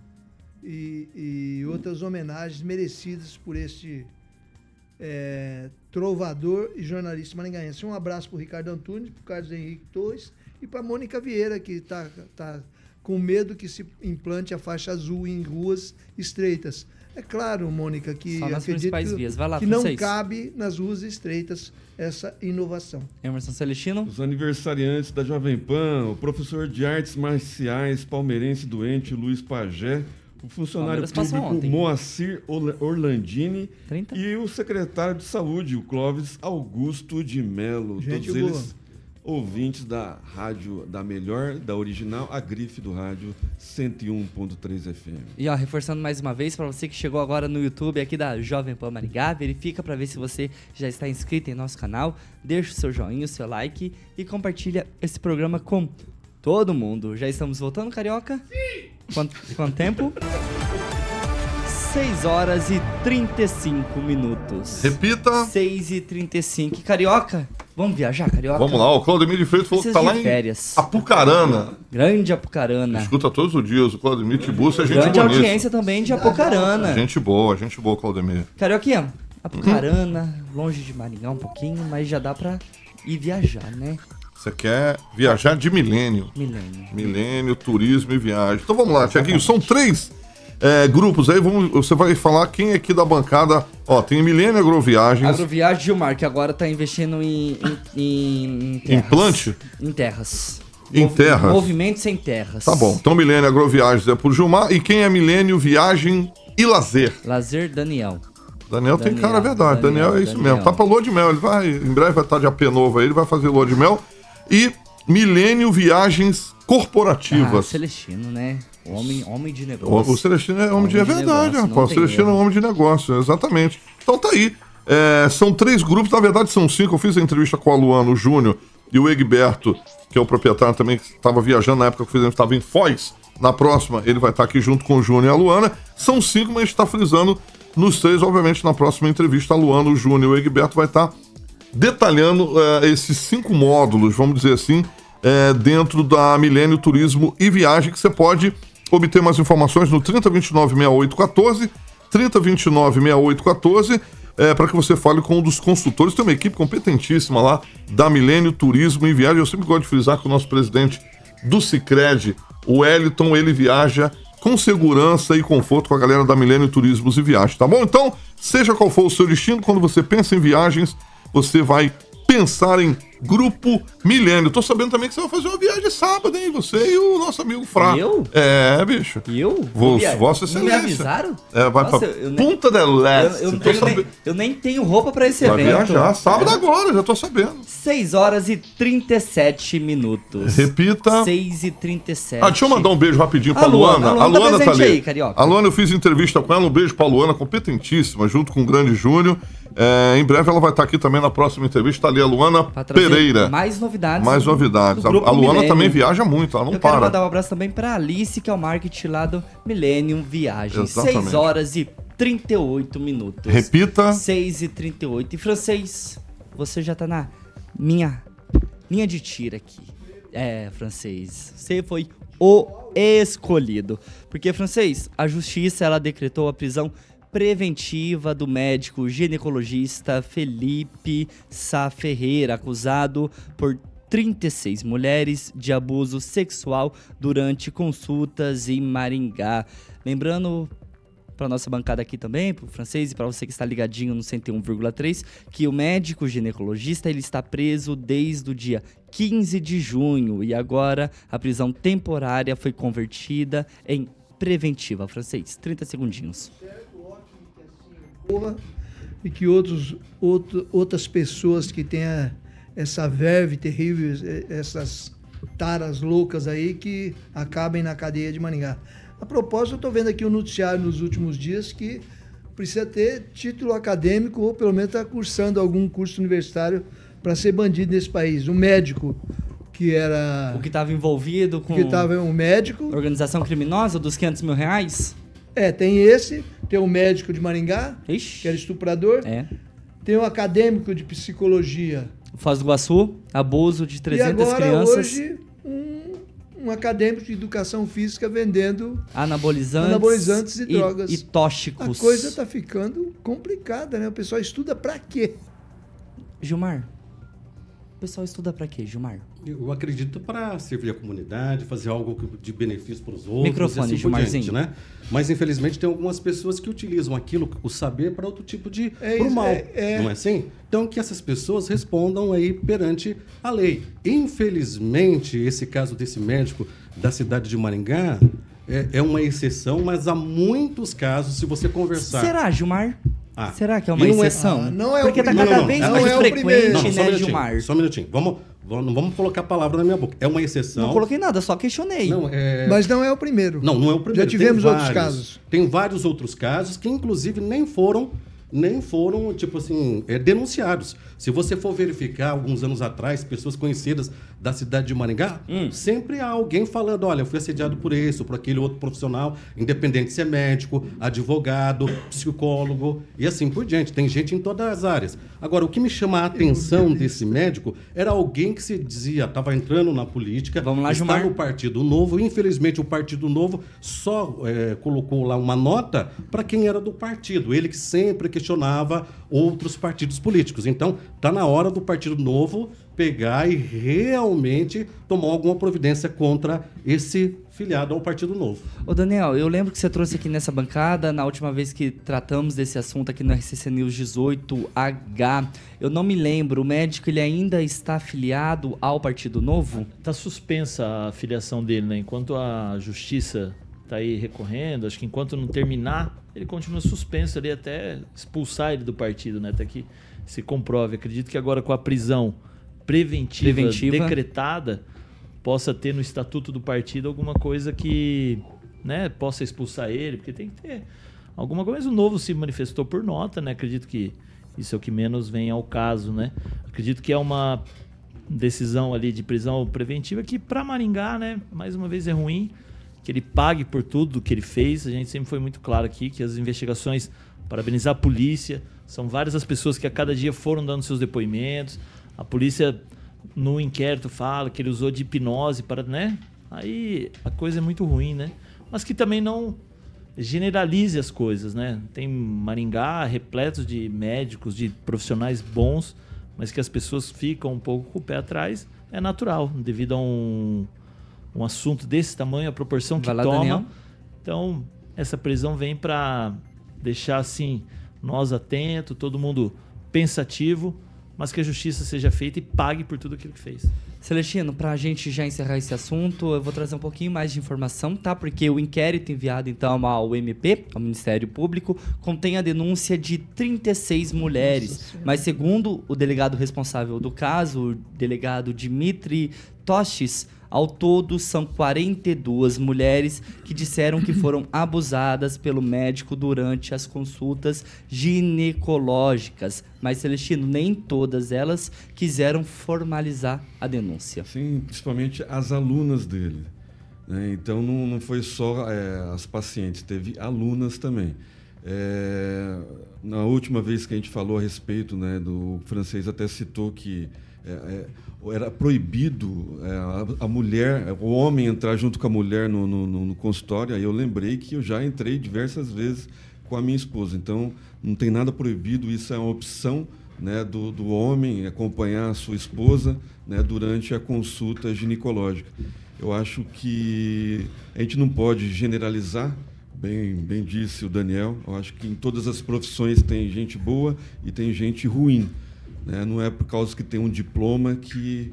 E outras homenagens merecidas por este trovador e jornalista maringaense. Um abraço para o Ricardo Antunes, para o Carlos Henrique Torres e para a Mônica Vieira, que está com medo que se implante a faixa azul em ruas estreitas. É claro, Mônica, que Só nas acredito principais vias. Vai lá, que não francês. cabe nas ruas estreitas essa inovação. Emerson Celestino. Os aniversariantes da Jovem Pan, o professor de artes marciais palmeirense doente Luiz Pagé, o funcionário Palmeiras passou público ontem. Moacir Orlandini 30? e o secretário de saúde, o Clóvis Augusto de Melo. Gente Todos boa. eles ouvintes da rádio, da melhor, da original, a grife do rádio 101.3 FM. E ó, reforçando mais uma vez, para você que chegou agora no YouTube aqui da Jovem Pan Maringá, verifica para ver se você já está inscrito em nosso canal, deixa o seu joinha, o seu like e compartilha esse programa com todo mundo. Já estamos voltando, Carioca? Sim! Quanto tempo? 6 horas e 35 minutos. Repita. 6h35. Carioca, vamos viajar, Carioca? Vamos lá, o Claudemir de Freitas falou que Preciso tá de lá férias. em Apucarana. Grande Apucarana. Escuta todos os dias, o Claudemir Tiburcio é gente Grande bonita. audiência também de Apucarana. Gente boa, Claudemir. Carioquinha, Apucarana, longe de Maringá um pouquinho, mas já dá pra ir viajar, né? Você quer viajar de milênio. Milênio, turismo e viagem. Então vamos lá, Tiaguinho, são 3 grupos aí, você vai falar quem é aqui da bancada. Ó, tem Milênio Agroviagens. Agroviagem Gilmar, que agora tá investindo em terras. Implante? Em terras. Em terras. Movimento sem terras. Tá bom, então Milênio Agroviagens é por Gilmar. E quem é Milênio Viagem e Lazer? Lazer Daniel. Daniel tem cara, é verdade. Daniel é isso mesmo. Tá pra lua de mel. Ele vai, em breve vai estar de AP novo aí, ele vai fazer lua de mel. E Milênio Viagens Corporativas. Celestino, né? Homem de negócio. O Celestino é homem de verdade, negócio, rapaz. O Celestino é homem de negócio, exatamente. Então tá aí. São 3 grupos, na verdade são 5. Eu fiz a entrevista com a Luana, o Júnior e o Egberto, que é o proprietário também, que estava viajando na época que fizemos, estava em Foz. Na próxima, ele vai estar aqui junto com o Júnior e a Luana. São 5, mas a gente está frisando nos 3. Obviamente, na próxima entrevista, a Luana, o Júnior e o Egberto vai estar detalhando esses 5 módulos, vamos dizer assim, dentro da Milênio Turismo e Viagem, que você pode obter mais informações no 3029-6814, 3029-6814, para que você fale com um dos consultores. Tem uma equipe competentíssima lá da Milênio Turismo e Viagem. Eu sempre gosto de frisar que o nosso presidente do Sicredi, o Wellington, ele viaja com segurança e conforto com a galera da Milênio Turismos e Viagens, tá bom? Então, seja qual for o seu destino, quando você pensa em viagens, você vai pensar em Grupo Milênio. Tô sabendo também que você vai fazer uma viagem sábado, hein? Você e o nosso amigo Frá. Eu? Bicho. Eu? Vossa Excelência. Não me avisaram? Vai Nossa, pra Punta del Este. Eu nem tenho roupa pra esse vai evento. Viajar sábado agora, já tô sabendo. 6h37. Repita. 6h37. Deixa eu mandar um beijo rapidinho pra Luana. A Luana tá ali. Aí, carioca. A Luana, eu fiz entrevista com ela. Um beijo pra Luana, competentíssima, junto com o grande Júnior. Em breve ela vai estar aqui também na próxima entrevista. Tá ali a Luana Pereira. Mais novidades. A Luana Milênio também viaja muito, ela não para. Eu quero mandar um abraço também pra Alice, que é o marketing lá do Millennium Viagens. 6h38. Repita. 6h38. E francês, você já tá na minha linha de tiro aqui. Francês, você foi o escolhido. Porque, francês, a justiça, ela decretou a prisão preventiva do médico ginecologista Felipe Sá Ferreira, acusado por 36 mulheres de abuso sexual durante consultas em Maringá. Lembrando para nossa bancada aqui também, para o francês e para você que está ligadinho no 101,3, que o médico ginecologista ele está preso desde o dia 15 de junho e agora a prisão temporária foi convertida em preventiva. Francês, 30 segundinhos. E que outras pessoas que tenham essa verve terrível, essas taras loucas aí, que acabem na cadeia de Maringá. A propósito, eu estou vendo aqui um noticiário nos últimos dias que precisa ter título acadêmico ou pelo menos estar cursando algum curso universitário para ser bandido nesse país. Um médico que era... O que estava envolvido com... Que estava um médico... Organização criminosa dos R$500 mil? Tem esse, tem um médico de Maringá, Ixi. que era estuprador, tem um acadêmico de psicologia. Foz do Iguaçu, abuso de 300 crianças. E agora, hoje, um acadêmico de educação física vendendo anabolizantes e drogas. E tóxicos. A coisa está ficando complicada, né? O pessoal estuda pra quê? Gilmar, o pessoal estuda pra quê, Gilmar? Eu acredito para servir a comunidade, fazer algo de benefício para os outros. Microfone, assim Gilmarzinho. Né? Mas, infelizmente, tem algumas pessoas que utilizam o saber para outro tipo de... pro mal, não é assim? Então, que essas pessoas respondam aí perante a lei. Infelizmente, esse caso desse médico da cidade de Maringá é uma exceção, mas há muitos casos, se você conversar... Será, Gilmar? Será que é uma exceção? Não é porque está cada vez mais frequente, né, Gilmar? Só um minutinho. Não vamos colocar a palavra na minha boca. É uma exceção. Não coloquei nada, só questionei. Mas não é o primeiro. Não é o primeiro. Já tivemos outros casos. Tem vários outros casos que, inclusive, nem foram, tipo assim, denunciados. Se você for verificar, alguns anos atrás, pessoas conhecidas da cidade de Maringá, sempre há alguém falando, olha, eu fui assediado por esse ou por aquele outro profissional, independente se é médico, advogado, psicólogo e assim por diante. Tem gente em todas as áreas. Agora, o que me chama a atenção desse médico era alguém que se dizia, estava entrando na política, está no Partido Novo. Infelizmente, o Partido Novo só colocou lá uma nota para quem era do partido. Ele que sempre questionava outros partidos políticos. Então, está na hora do Partido Novo pegar e realmente tomar alguma providência contra esse filiado ao Partido Novo. Ô Daniel, eu lembro que você trouxe aqui nessa bancada, na última vez que tratamos desse assunto aqui no RCC News 18H, eu não me lembro, o médico ele ainda está afiliado ao Partido Novo? Está suspensa a filiação dele, né? Enquanto a justiça está aí recorrendo, acho que enquanto não terminar, ele continua suspenso ali até expulsar ele do partido, né? Até que se comprove. Acredito que agora com a prisão preventiva decretada, possa ter no estatuto do partido alguma coisa que né, possa expulsar ele, porque tem que ter alguma coisa. Mas o Novo se manifestou por nota, né? Acredito que isso é o que menos vem ao caso, né? Acredito que é uma decisão ali de prisão preventiva que para Maringá, né, mais uma vez é ruim, que ele pague por tudo que ele fez. A gente sempre foi muito claro aqui que as investigações, parabenizar a polícia, são várias as pessoas que a cada dia foram dando seus depoimentos. A polícia no inquérito fala que ele usou de hipnose para, né? Aí a coisa é muito ruim, né? Mas que também não generalize as coisas, né? Tem Maringá repleto de médicos, de profissionais bons, mas que as pessoas ficam um pouco com o pé atrás. É natural, devido a um assunto desse tamanho, a proporção que toma. Daniel. Então, essa prisão vem para deixar assim nós atentos, todo mundo pensativo, mas que a justiça seja feita e pague por tudo aquilo que fez. Celestino, para a gente já encerrar esse assunto, eu vou trazer um pouquinho mais de informação, tá? Porque o inquérito enviado então ao MP, ao Ministério Público, contém a denúncia de 36 mulheres. Mas segundo o delegado responsável do caso, o delegado Dimitri Tostes, ao todo, são 42 mulheres que disseram que foram abusadas pelo médico durante as consultas ginecológicas. Mas, Celestino, nem todas elas quiseram formalizar a denúncia. Sim, principalmente as alunas dele, né? Então, não foi só as pacientes, teve alunas também. Na última vez que a gente falou a respeito, né, do francês até citou que era proibido a mulher, o homem entrar junto com a mulher no consultório. Aí eu lembrei que eu já entrei diversas vezes com a minha esposa. Então, não tem nada proibido, isso é uma opção, né, do homem acompanhar a sua esposa, né, durante a consulta ginecológica. Eu acho que a gente não pode generalizar, bem disse o Daniel. Eu acho que em todas as profissões tem gente boa e tem gente ruim. Não é por causa que tem um diploma que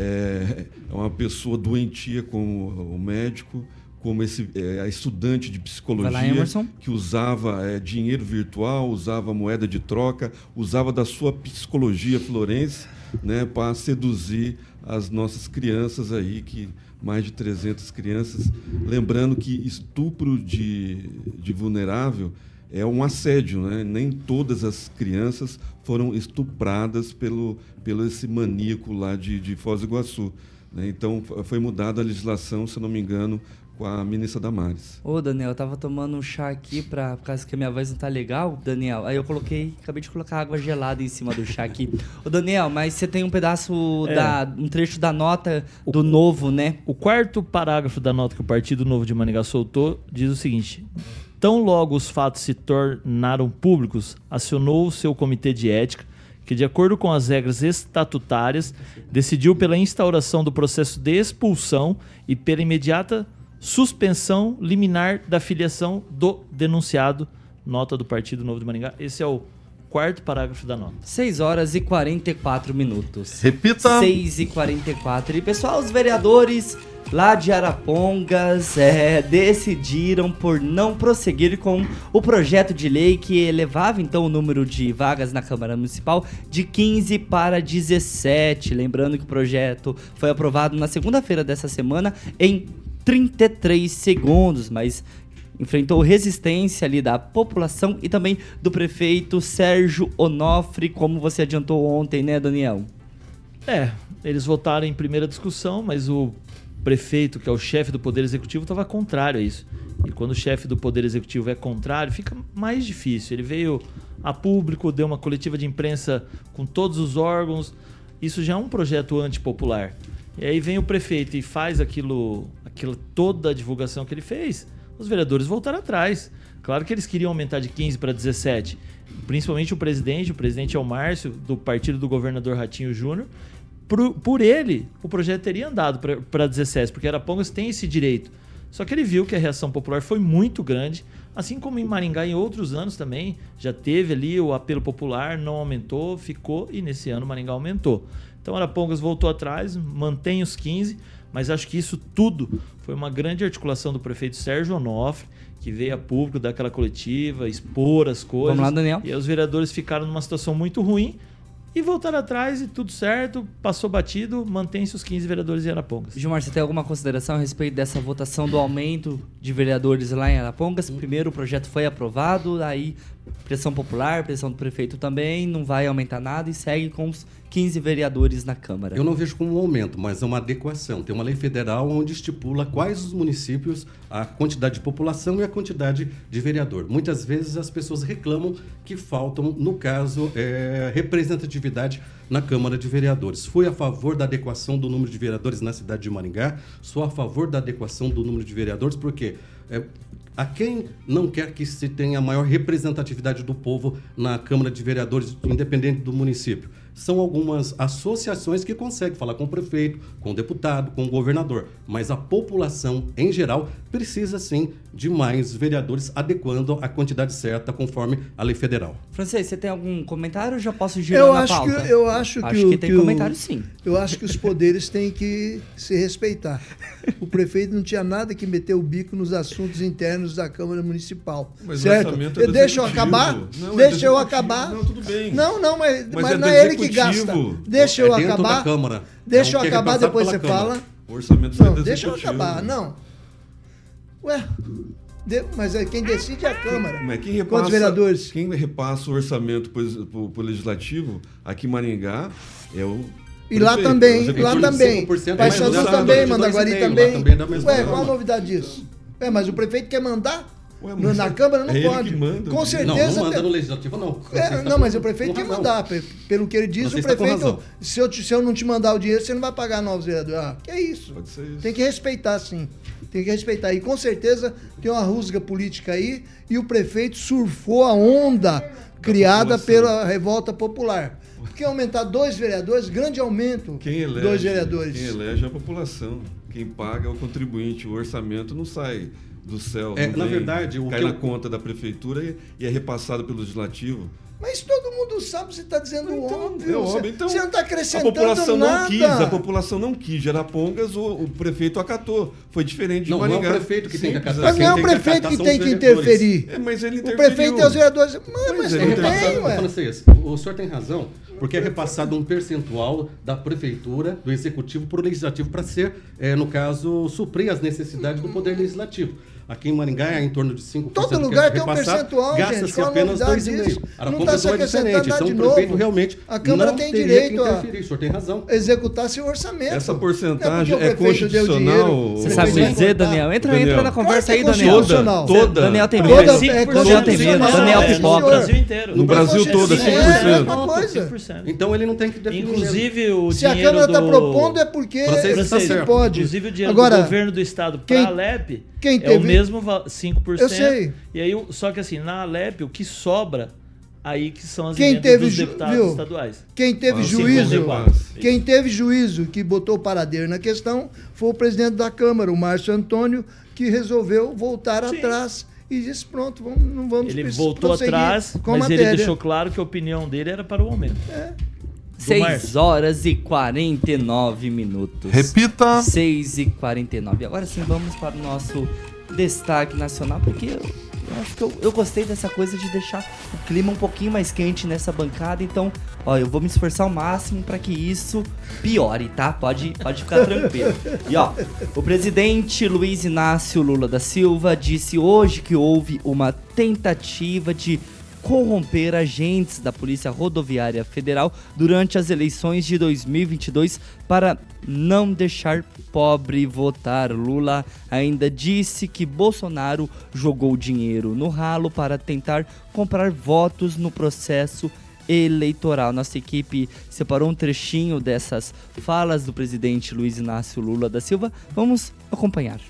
é uma pessoa doentia como o médico, como a estudante de psicologia que usava dinheiro virtual, usava moeda de troca, usava da sua psicologia florense, né, para seduzir as nossas crianças aí, que mais de 300 crianças. Lembrando que estupro de vulnerável é um assédio, né? Nem todas as crianças foram estupradas pelo esse maníaco lá de Foz do Iguaçu, né? Então, foi mudada a legislação, se não me engano, com a ministra Damares. Ô, Daniel, eu tava tomando um chá aqui por causa que a minha voz não tá legal, Daniel. Aí eu acabei de colocar água gelada em cima do chá aqui. Ô, Daniel, mas você tem um pedaço, um trecho da nota do Novo, né? O quarto parágrafo da nota que o Partido Novo de Maringá soltou diz o seguinte: tão logo os fatos se tornaram públicos, acionou o seu comitê de ética, que, de acordo com as regras estatutárias, decidiu pela instauração do processo de expulsão e pela imediata suspensão liminar da filiação do denunciado. Nota do Partido Novo de Maringá. Esse é o quarto parágrafo da nota. 6 horas e 44 minutos. Repita! 6h44. E, pessoal, os vereadores lá de Arapongas decidiram por não prosseguir com o projeto de lei que elevava então o número de vagas na Câmara Municipal de 15 para 17. Lembrando que o projeto foi aprovado na segunda-feira dessa semana em 33 segundos, mas enfrentou resistência ali da população e também do prefeito Sérgio Onofre, como você adiantou ontem, né, Daniel? Eles votaram em primeira discussão, mas o prefeito, que é o chefe do Poder Executivo, estava contrário a isso. E quando o chefe do Poder Executivo é contrário, fica mais difícil. Ele veio a público, deu uma coletiva de imprensa com todos os órgãos. Isso já é um projeto antipopular. E aí vem o prefeito e faz toda a divulgação que ele fez. Os vereadores voltaram atrás. Claro que eles queriam aumentar de 15 para 17. Principalmente o presidente é o Márcio, do partido do governador Ratinho Júnior. Por ele, o projeto teria andado para 17, porque Arapongas tem esse direito. Só que ele viu que a reação popular foi muito grande, assim como em Maringá em outros anos também, já teve ali o apelo popular, não aumentou, ficou, e nesse ano Maringá aumentou. Então Arapongas voltou atrás, mantém os 15, mas acho que isso tudo foi uma grande articulação do prefeito Sérgio Onofre, que veio a público dar aquela coletiva, expor as coisas. Vamos lá, Daniel. E aí os vereadores ficaram numa situação muito ruim, e voltaram atrás e tudo certo, passou batido, mantém-se os 15 vereadores em Arapongas. Gilmar, você tem alguma consideração a respeito dessa votação do aumento de vereadores lá em Arapongas? Primeiro o projeto foi aprovado, aí pressão popular, pressão do prefeito também, não vai aumentar nada e segue com os 15 vereadores na Câmara. Eu não vejo como um aumento, mas é uma adequação. Tem uma lei federal onde estipula quais os municípios, a quantidade de população e a quantidade de vereador. Muitas vezes as pessoas reclamam que faltam, no caso, representatividade na Câmara de Vereadores. Fui a favor da adequação do número de vereadores na cidade de Maringá, sou a favor da adequação do número de vereadores, porque a quem não quer que se tenha maior representatividade do povo na Câmara de Vereadores, independente do município? São algumas associações que conseguem falar com o prefeito, com o deputado, com o governador. Mas a população, em geral, precisa, sim, de mais vereadores, adequando a quantidade certa conforme a lei federal. Francês, você tem algum comentário ou já posso girar na pauta? Eu acho que tem comentário, sim. Eu acho que os poderes têm que se respeitar. O prefeito não tinha nada que meter o bico nos assuntos internos da Câmara Municipal. Mas certo? Deixa eu acabar? Deixa eu acabar? Não, tudo bem. Não, mas não é ele que gasta. Deixa eu dentro acabar. da Câmara. Deixa eu acabar, depois você fala. O orçamento sai do deixa eu executivo. acabar. Não. Ué, mas quem decide é a Câmara. Mas quem repassa, quantos vereadores? Quem repassa o orçamento para o Legislativo, aqui em Maringá, é o E lá também, lá também. Paysandu também, Mandaguari também. Ué, qual a novidade disso? Mas o prefeito quer mandar? Na Câmara não pode. Com certeza. Não manda no Legislativo, não. Não, mas o prefeito quer mandar. Pelo que ele diz, o prefeito, se eu não te mandar o dinheiro, você não vai pagar novos vereadores. Que é isso? Pode ser isso. Tem que respeitar, sim. Tem que respeitar. E com certeza tem uma rusga política aí e o prefeito surfou a onda criada pela revolta popular. Porque aumentar 2 vereadores, grande aumento. Quem elege, 2 vereadores. Quem elege é a população. Quem paga é o contribuinte. O orçamento não sai do céu. Na verdade, cai na conta da prefeitura e é repassado pelo legislativo. Mas todo mundo sabe, você está dizendo óbvio. É óbvio. Então, você não está acrescentando a população nada. A população não quis. Arapongas, o prefeito acatou. Foi diferente de Maringá. Não é o prefeito que tem que acatar. Mas não é o prefeito que tem que interferir. Mas ele interferiu. O prefeito e os vereadores... Mas não tem, ué. Francês, o senhor tem razão, porque é repassado um percentual da prefeitura, do executivo, para o legislativo, para ser, no caso, suprir as necessidades do poder legislativo. Aqui em Maringá é em torno de 5%. Todo lugar tem um percentual, gente. Gasta-se apenas 2,5%. Não está se acrescentando nada de novo. Prefeito realmente a Câmara tem direito a o senhor tem razão. executar seu orçamento. Essa porcentagem é constitucional. Você sabe dizer, Daniel? Entra na conversa aí, Daniel. Toda. Daniel tem medo. Daniel tem medo. Daniel pipoca. No Brasil todo, é 5%. Então ele não tem que definir. Inclusive o dinheiro se a Câmara está propondo é porque se pode. Inclusive o dinheiro do governo do estado para a Alep é o mesmo 5%. Eu sei. E aí, só que assim, na Alep, o que sobra, aí que são as emendas dos deputados estaduais. Quem teve juízo, que botou o paradeiro na questão, foi o presidente da Câmara, o Márcio Antônio, que resolveu voltar atrás e disse, pronto, não vamos Ele voltou atrás, mas ele deixou claro que a opinião dele era para o aumento. 6 horas e 49 minutos. Repita. 6h49. Agora sim, vamos para o nosso destaque nacional, porque eu acho que eu gostei dessa coisa de deixar o clima um pouquinho mais quente nessa bancada. Então, eu vou me esforçar ao máximo para que isso piore, tá? Pode ficar tranquilo. E o presidente Luiz Inácio Lula da Silva disse hoje que houve uma tentativa de corromper agentes da Polícia Rodoviária Federal durante as eleições de 2022 para não deixar pobre votar. Lula ainda disse que Bolsonaro jogou dinheiro no ralo para tentar comprar votos no processo eleitoral. Nossa equipe separou um trechinho dessas falas do presidente Luiz Inácio Lula da Silva. Vamos acompanhar.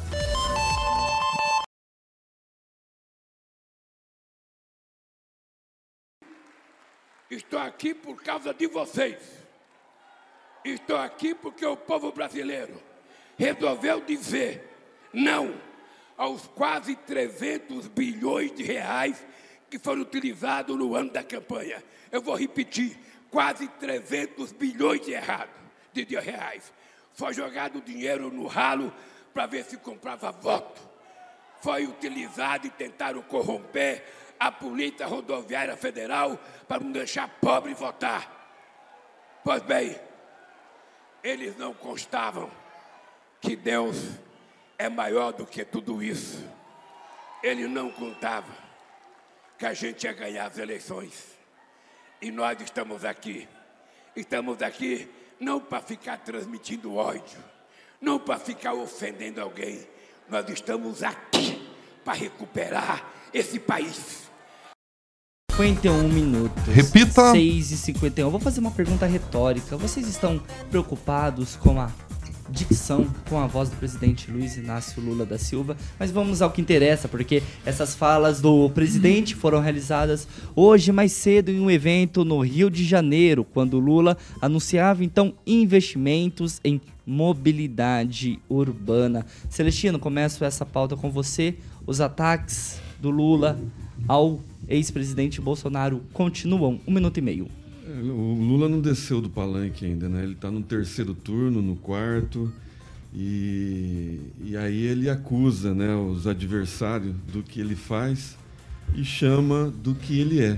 Estou aqui por causa de vocês. Estou aqui porque o povo brasileiro resolveu dizer não aos quase 300 bilhões de reais que foram utilizados no ano da campanha. Eu vou repetir, quase 300 bilhões de reais. Foi jogado dinheiro no ralo para ver se comprava voto. Foi utilizado e tentaram corromper a Polícia Rodoviária Federal para não deixar pobre votar. Pois bem, eles não constavam que Deus é maior do que tudo isso. Eles não contavam que a gente ia ganhar as eleições. E nós estamos aqui. Estamos aqui não para ficar transmitindo ódio, não para ficar ofendendo alguém. Nós estamos aqui para recuperar esse país. 51 minutos. Repita. 6h51. Vou fazer uma pergunta retórica. Vocês estão preocupados com a dicção, com a voz do presidente Luiz Inácio Lula da Silva? Mas vamos ao que interessa, porque essas falas do presidente foram realizadas hoje mais cedo em um evento no Rio de Janeiro, quando Lula anunciava então investimentos em mobilidade urbana. Celestino, começo essa pauta com você. Os ataques do Lula ao ex-presidente Bolsonaro continuam. 1 minuto e meio. O Lula não desceu do palanque ainda, né? Ele está no terceiro turno, no quarto, e aí ele acusa, né, os adversários do que ele faz e chama do que ele é.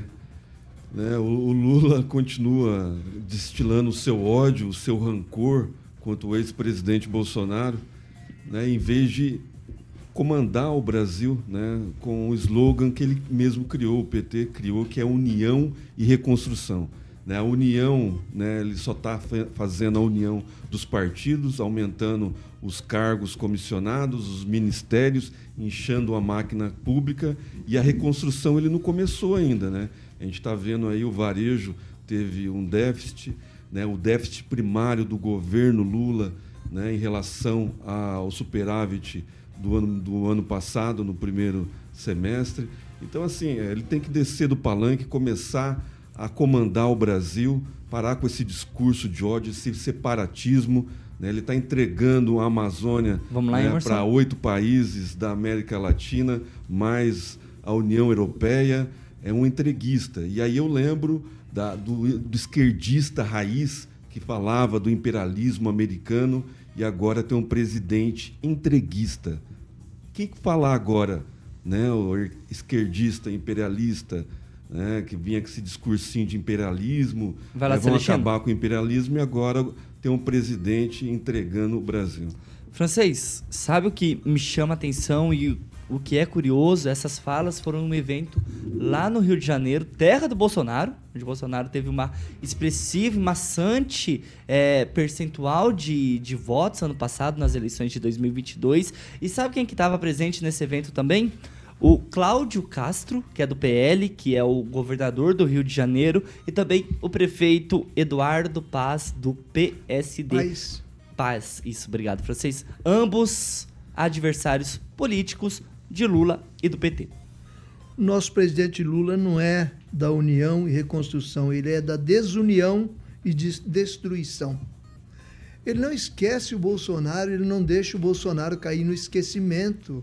Né? O Lula continua destilando o seu ódio, o seu rancor contra o ex-presidente Bolsonaro, né, em vez de comandar o Brasil, né, com o slogan que ele mesmo criou, o PT criou, que é união e reconstrução. Né, a união, né, ele só está fazendo a união dos partidos, aumentando os cargos comissionados, os ministérios, inchando a máquina pública, e a reconstrução ele não começou ainda. Né? A gente está vendo aí o varejo teve um déficit, né, o déficit primário do governo Lula, né, em relação ao superávit do ano passado, no primeiro semestre. Então, assim, ele tem que descer do palanque, começar a comandar o Brasil, parar com esse discurso de ódio, esse separatismo. Né? Ele está entregando a Amazônia, né, para 8 países da América Latina, mais a União Europeia. É um entreguista. E aí eu lembro do esquerdista raiz que falava do imperialismo americano, e agora tem um presidente entreguista. Quem falar agora, né, o esquerdista, imperialista, né, que vinha com esse discursinho de imperialismo, vão acabar com o imperialismo, e agora tem um presidente entregando o Brasil. Francês, sabe o que me chama a atenção e o que é curioso? Essas falas foram um evento lá no Rio de Janeiro, terra do Bolsonaro, onde o Bolsonaro teve uma expressiva e maçante percentual de votos ano passado nas eleições de 2022. E sabe quem que estava presente nesse evento também? O Cláudio Castro, que é do PL, que é o governador do Rio de Janeiro, e também o prefeito Eduardo Paz, do PSD. Paz, isso, obrigado, Francês. Ambos adversários políticos de Lula e do PT. Nosso presidente Lula não é da união e reconstrução, ele é da desunião e destruição. Ele não esquece o Bolsonaro, ele não deixa o Bolsonaro cair no esquecimento.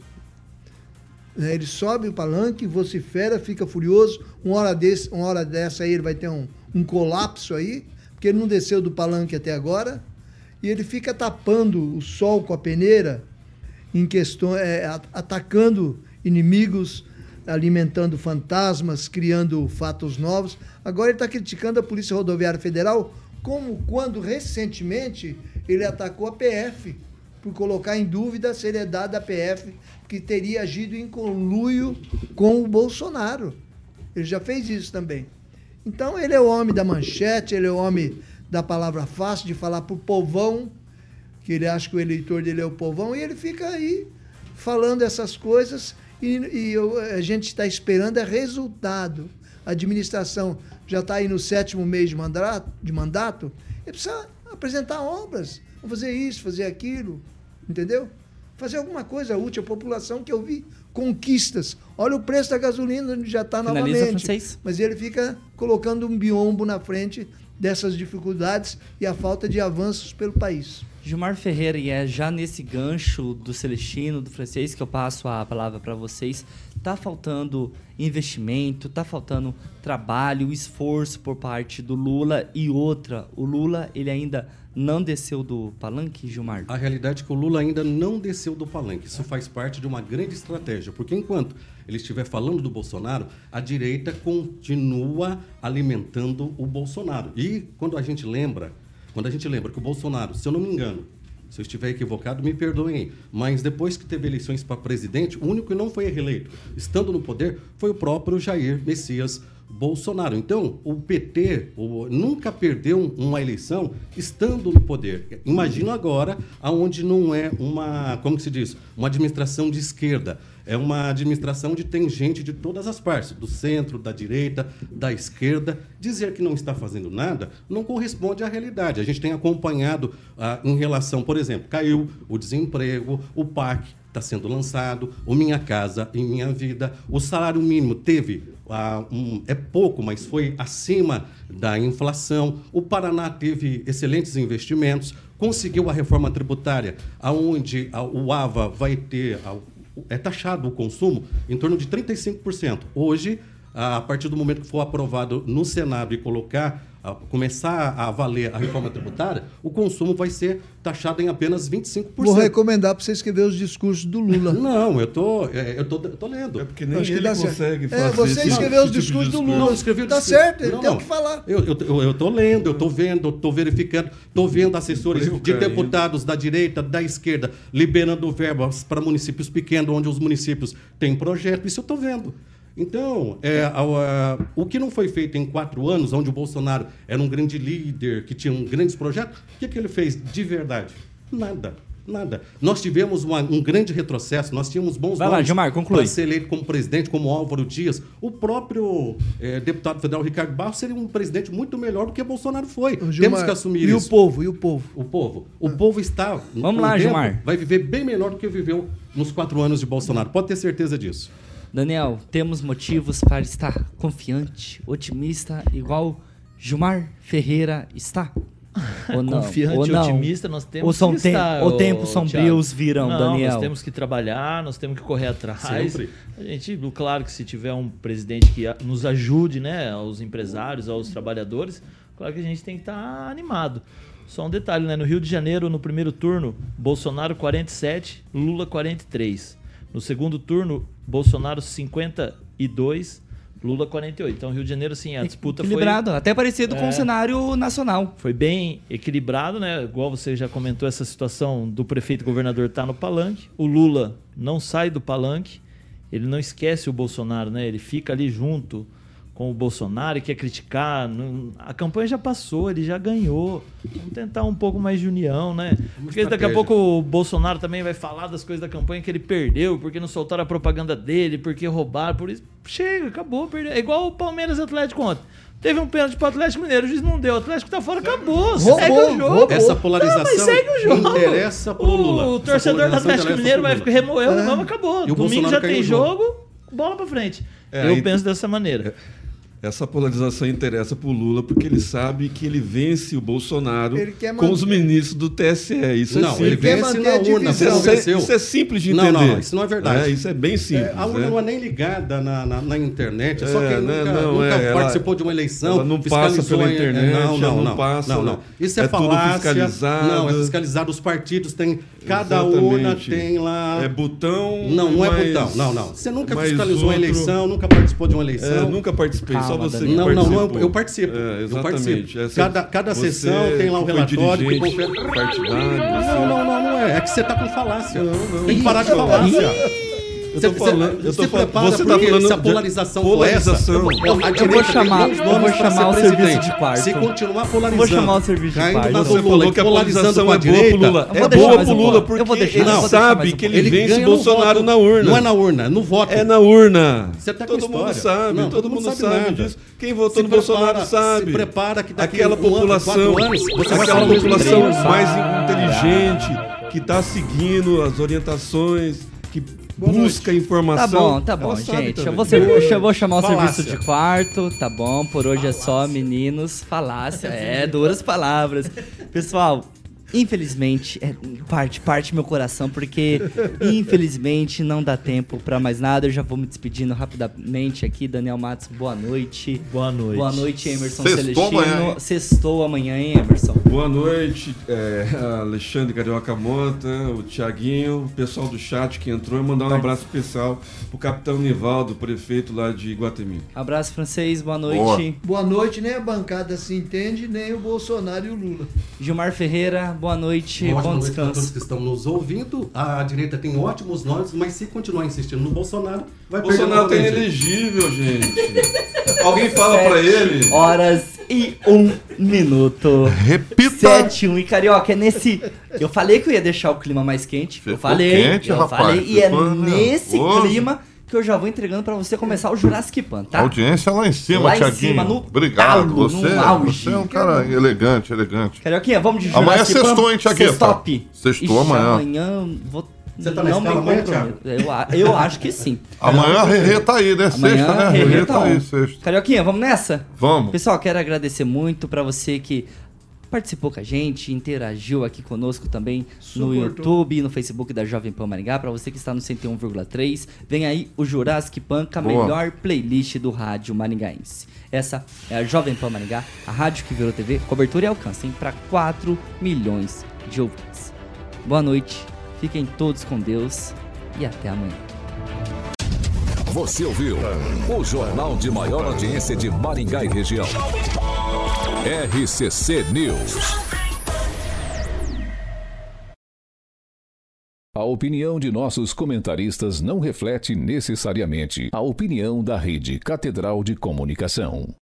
Ele sobe o palanque, vocifera, fica furioso. Uma hora dessa aí ele vai ter um colapso aí, porque ele não desceu do palanque até agora, e ele fica tapando o sol com a peneira, em questão, atacando inimigos, alimentando fantasmas, criando fatos novos. Agora ele está criticando a Polícia Rodoviária Federal, como quando recentemente ele atacou a PF, por colocar em dúvida a seriedade da PF, que teria agido em conluio com o Bolsonaro. Ele já fez isso também. Então ele é o homem da manchete, ele é o homem da palavra fácil, de falar para o povão, que ele acha que o eleitor dele é o povão, e ele fica aí falando essas coisas, e a gente está esperando resultado. A administração já está aí no 7º mês de mandato, ele precisa apresentar obras, fazer isso, fazer aquilo, entendeu? Fazer alguma coisa útil à população, que eu vi conquistas. Olha o preço da gasolina, onde já está novamente. Francês. Mas ele fica colocando um biombo na frente dessas dificuldades e a falta de avanços pelo país. Gilmar Ferreira, e é já nesse gancho do Celestino, do Francês, que eu passo a palavra para vocês. tá faltando investimento, tá faltando trabalho, esforço por parte do Lula. E outra, o Lula, ele ainda não desceu do palanque, Gilmar? A realidade é que o Lula ainda não desceu do palanque. Isso faz parte de uma grande estratégia, porque enquanto ele estiver falando do Bolsonaro, a direita continua alimentando o Bolsonaro. E quando a gente lembra que o Bolsonaro, se eu não me engano, se eu estiver equivocado, me perdoem aí, mas depois que teve eleições para presidente, o único que não foi reeleito, estando no poder, foi o próprio Jair Messias Bolsonaro. Então, o PT nunca perdeu uma eleição estando no poder. Imagina agora, aonde não é uma administração de esquerda. É uma administração onde tem gente de todas as partes, do centro, da direita, da esquerda. Dizer que não está fazendo nada não corresponde à realidade. A gente tem acompanhado em relação, por exemplo, caiu o desemprego, o PAC está sendo lançado, o Minha Casa e Minha Vida, o salário mínimo teve, é pouco, mas foi acima da inflação. O Paraná teve excelentes investimentos, conseguiu a reforma tributária, onde o AVA vai ter... É taxado o consumo em torno de 35%. Hoje, a partir do momento que for aprovado no Senado e começar a valer a reforma tributária, o consumo vai ser taxado em apenas 25%. Vou recomendar para você escrever os discursos do Lula. Não, eu tô lendo. É porque nem ele consegue fazer. Você escreveu os discursos do Lula. Não, escrevi o tá discurso. Certo, ele tem o que falar. Eu tô lendo, eu tô vendo, eu tô verificando, tô vendo assessores de deputados da direita, da esquerda, liberando verbas para municípios pequenos, onde os municípios têm projeto. Isso eu tô vendo. Então, o que não foi feito em 4 anos, onde o Bolsonaro era um grande líder, que tinha grandes projetos, o que ele fez de verdade? Nada. Nós tivemos um grande retrocesso, nós tínhamos bons nomes para ser eleito como presidente, como Álvaro Dias. O próprio deputado federal Ricardo Barros seria um presidente muito melhor do que Bolsonaro foi. Gilmar, temos que assumir isso. E o povo? O povo está... Vamos lá, Gilmar. Vai viver bem melhor do que viveu nos 4 anos de Bolsonaro. Pode ter certeza disso. Daniel, temos motivos para estar confiante, otimista, igual Gilmar Ferreira está? Ou não? Confiante e otimista, nós temos que estar. Ou tempos sombrios virão, Daniel? Nós temos que trabalhar, nós temos que correr atrás. Sempre. A gente, claro que se tiver um presidente que nos ajude, né, aos empresários, aos trabalhadores, claro que a gente tem que estar animado. Só um detalhe, né? No Rio de Janeiro, no primeiro turno, Bolsonaro 47, Lula 43. No segundo turno, Bolsonaro 52, Lula 48. Então, Rio de Janeiro, sim, a disputa equilibrado, até parecido com o cenário nacional. Foi bem equilibrado, né? Igual você já comentou, essa situação do prefeito e governador estar no palanque. O Lula não sai do palanque, ele não esquece o Bolsonaro, né? Ele fica ali junto com o Bolsonaro e quer criticar. A campanha já passou, ele já ganhou. Vamos tentar um pouco mais de união, né? Porque daqui a pouco o Bolsonaro também vai falar das coisas da campanha que ele perdeu, porque não soltaram a propaganda dele, porque roubaram, por isso. Chega, acabou, perdeu. É igual o Palmeiras e Atlético ontem. Teve um pênalti pro Atlético Mineiro, o juiz não deu. O Atlético tá fora, acabou. Segue o jogo. Essa polarização interessa pro Lula. O torcedor do Atlético Mineiro vai ficar remoendo, não, acabou. Domingo já tem jogo, bola pra frente. Eu penso dessa maneira. Essa polarização interessa pro Lula porque ele sabe que ele vence o Bolsonaro com os ministros do TSE. Isso é simples. Ele vence na urna. Isso é simples de entender. Não, isso não é verdade. Isso é bem simples. A urna não é nem ligada na internet. É só quem nunca participou de uma eleição. Ela não passa pela internet. Não passa. Não. Isso é falácia. Fiscalizado. Não, é fiscalizado. Os partidos têm... Cada urna tem lá... É botão... Não é botão. Não. Você nunca fiscalizou uma eleição, nunca participou de uma eleição. Nunca participei. Só você que não, participou. Eu participo. Exatamente. Eu participo. Cada sessão tem lá um relatório que confere. Não é. É que você está com falácia. Tem que parar de falácia. Você prepara porque se a polarização for essa, eu vou chamar o serviço de quarto. Se continuar polarizando, vou chamar o serviço de quarto. Você falou que a polarização é boa pro Lula. É boa pro Lula porque ele sabe que ele vence o Bolsonaro na urna. Não é na urna, no voto. É na urna. Todo mundo sabe. Todo mundo sabe disso. Quem votou no Bolsonaro sabe. Se prepara que daqui aquela população mais inteligente que está seguindo as orientações, que busca informação. Tá bom, gente. Eu vou chamar o serviço de quarto. Tá bom, por hoje é só, meninos. Falácia. Duras palavras. Pessoal, Infelizmente, parte meu coração, porque infelizmente não dá tempo pra mais nada. Eu já vou me despedindo rapidamente aqui. Daniel Matos, boa noite. Boa noite. Boa noite, Emerson Sextou Celestino. amanhã, hein? Sextou amanhã, hein, Emerson? Boa noite, Alexandre Carioca Mota, o Thiaguinho, o pessoal do chat que entrou, e mandar um abraço especial pro Capitão Nivaldo, prefeito lá de Iguatemi. Abraço, francês, boa noite. Boa noite, nem a bancada se entende, nem o Bolsonaro e o Lula. Gilmar Ferreira, boa noite, Ótima bom noite para todos descanso. que estão nos ouvindo. A direita tem ótimos nomes, mas se continuar insistindo no Bolsonaro, vai Bolsonaro tá perder o inelegível, gente. Alguém fala pra ele. 7h01. Repita. 7h01. E Carioca, é nesse... Eu falei que eu ia deixar o clima mais quente. Ficou eu falei, quente, eu rapaz. falei. E é Ficou nesse nervoso. clima que eu já vou entregando pra você começar o Jurassic Pan, tá? Audiência lá em cima, Lá em Thiaguinho. cima, no Obrigado. talo, no auge. Você é um cara elegante. Carioquinha, vamos de Amanhã Jurassic Pan. sextou, hein, Thiaguinho? Sextop. Sextou Ixi, amanhã. Amanhã vou... Você tá na não me escala amanhã, comprometo. Eu acho que sim. Amanhã a Rerê tá aí, né? Amanhã Sexta, né? a Rerê Tá aí, on. sexta. Carioquinha, vamos nessa? Vamos. Pessoal, quero agradecer muito pra você que participou com a gente, interagiu aqui conosco também no YouTube e no Facebook da Jovem Pan Maringá. Pra você que está no 101,3, vem aí o Jurassic Pan com a Boa. melhor playlist do rádio maringaense. Essa é a Jovem Pan Maringá, a rádio que virou TV, cobertura e alcance, hein, pra 4 milhões de ouvintes. Boa noite, fiquem todos com Deus e até amanhã. Você ouviu o jornal de maior audiência de Maringá e região. RCC News. A opinião de nossos comentaristas não reflete necessariamente a opinião da Rede Catedral de Comunicação.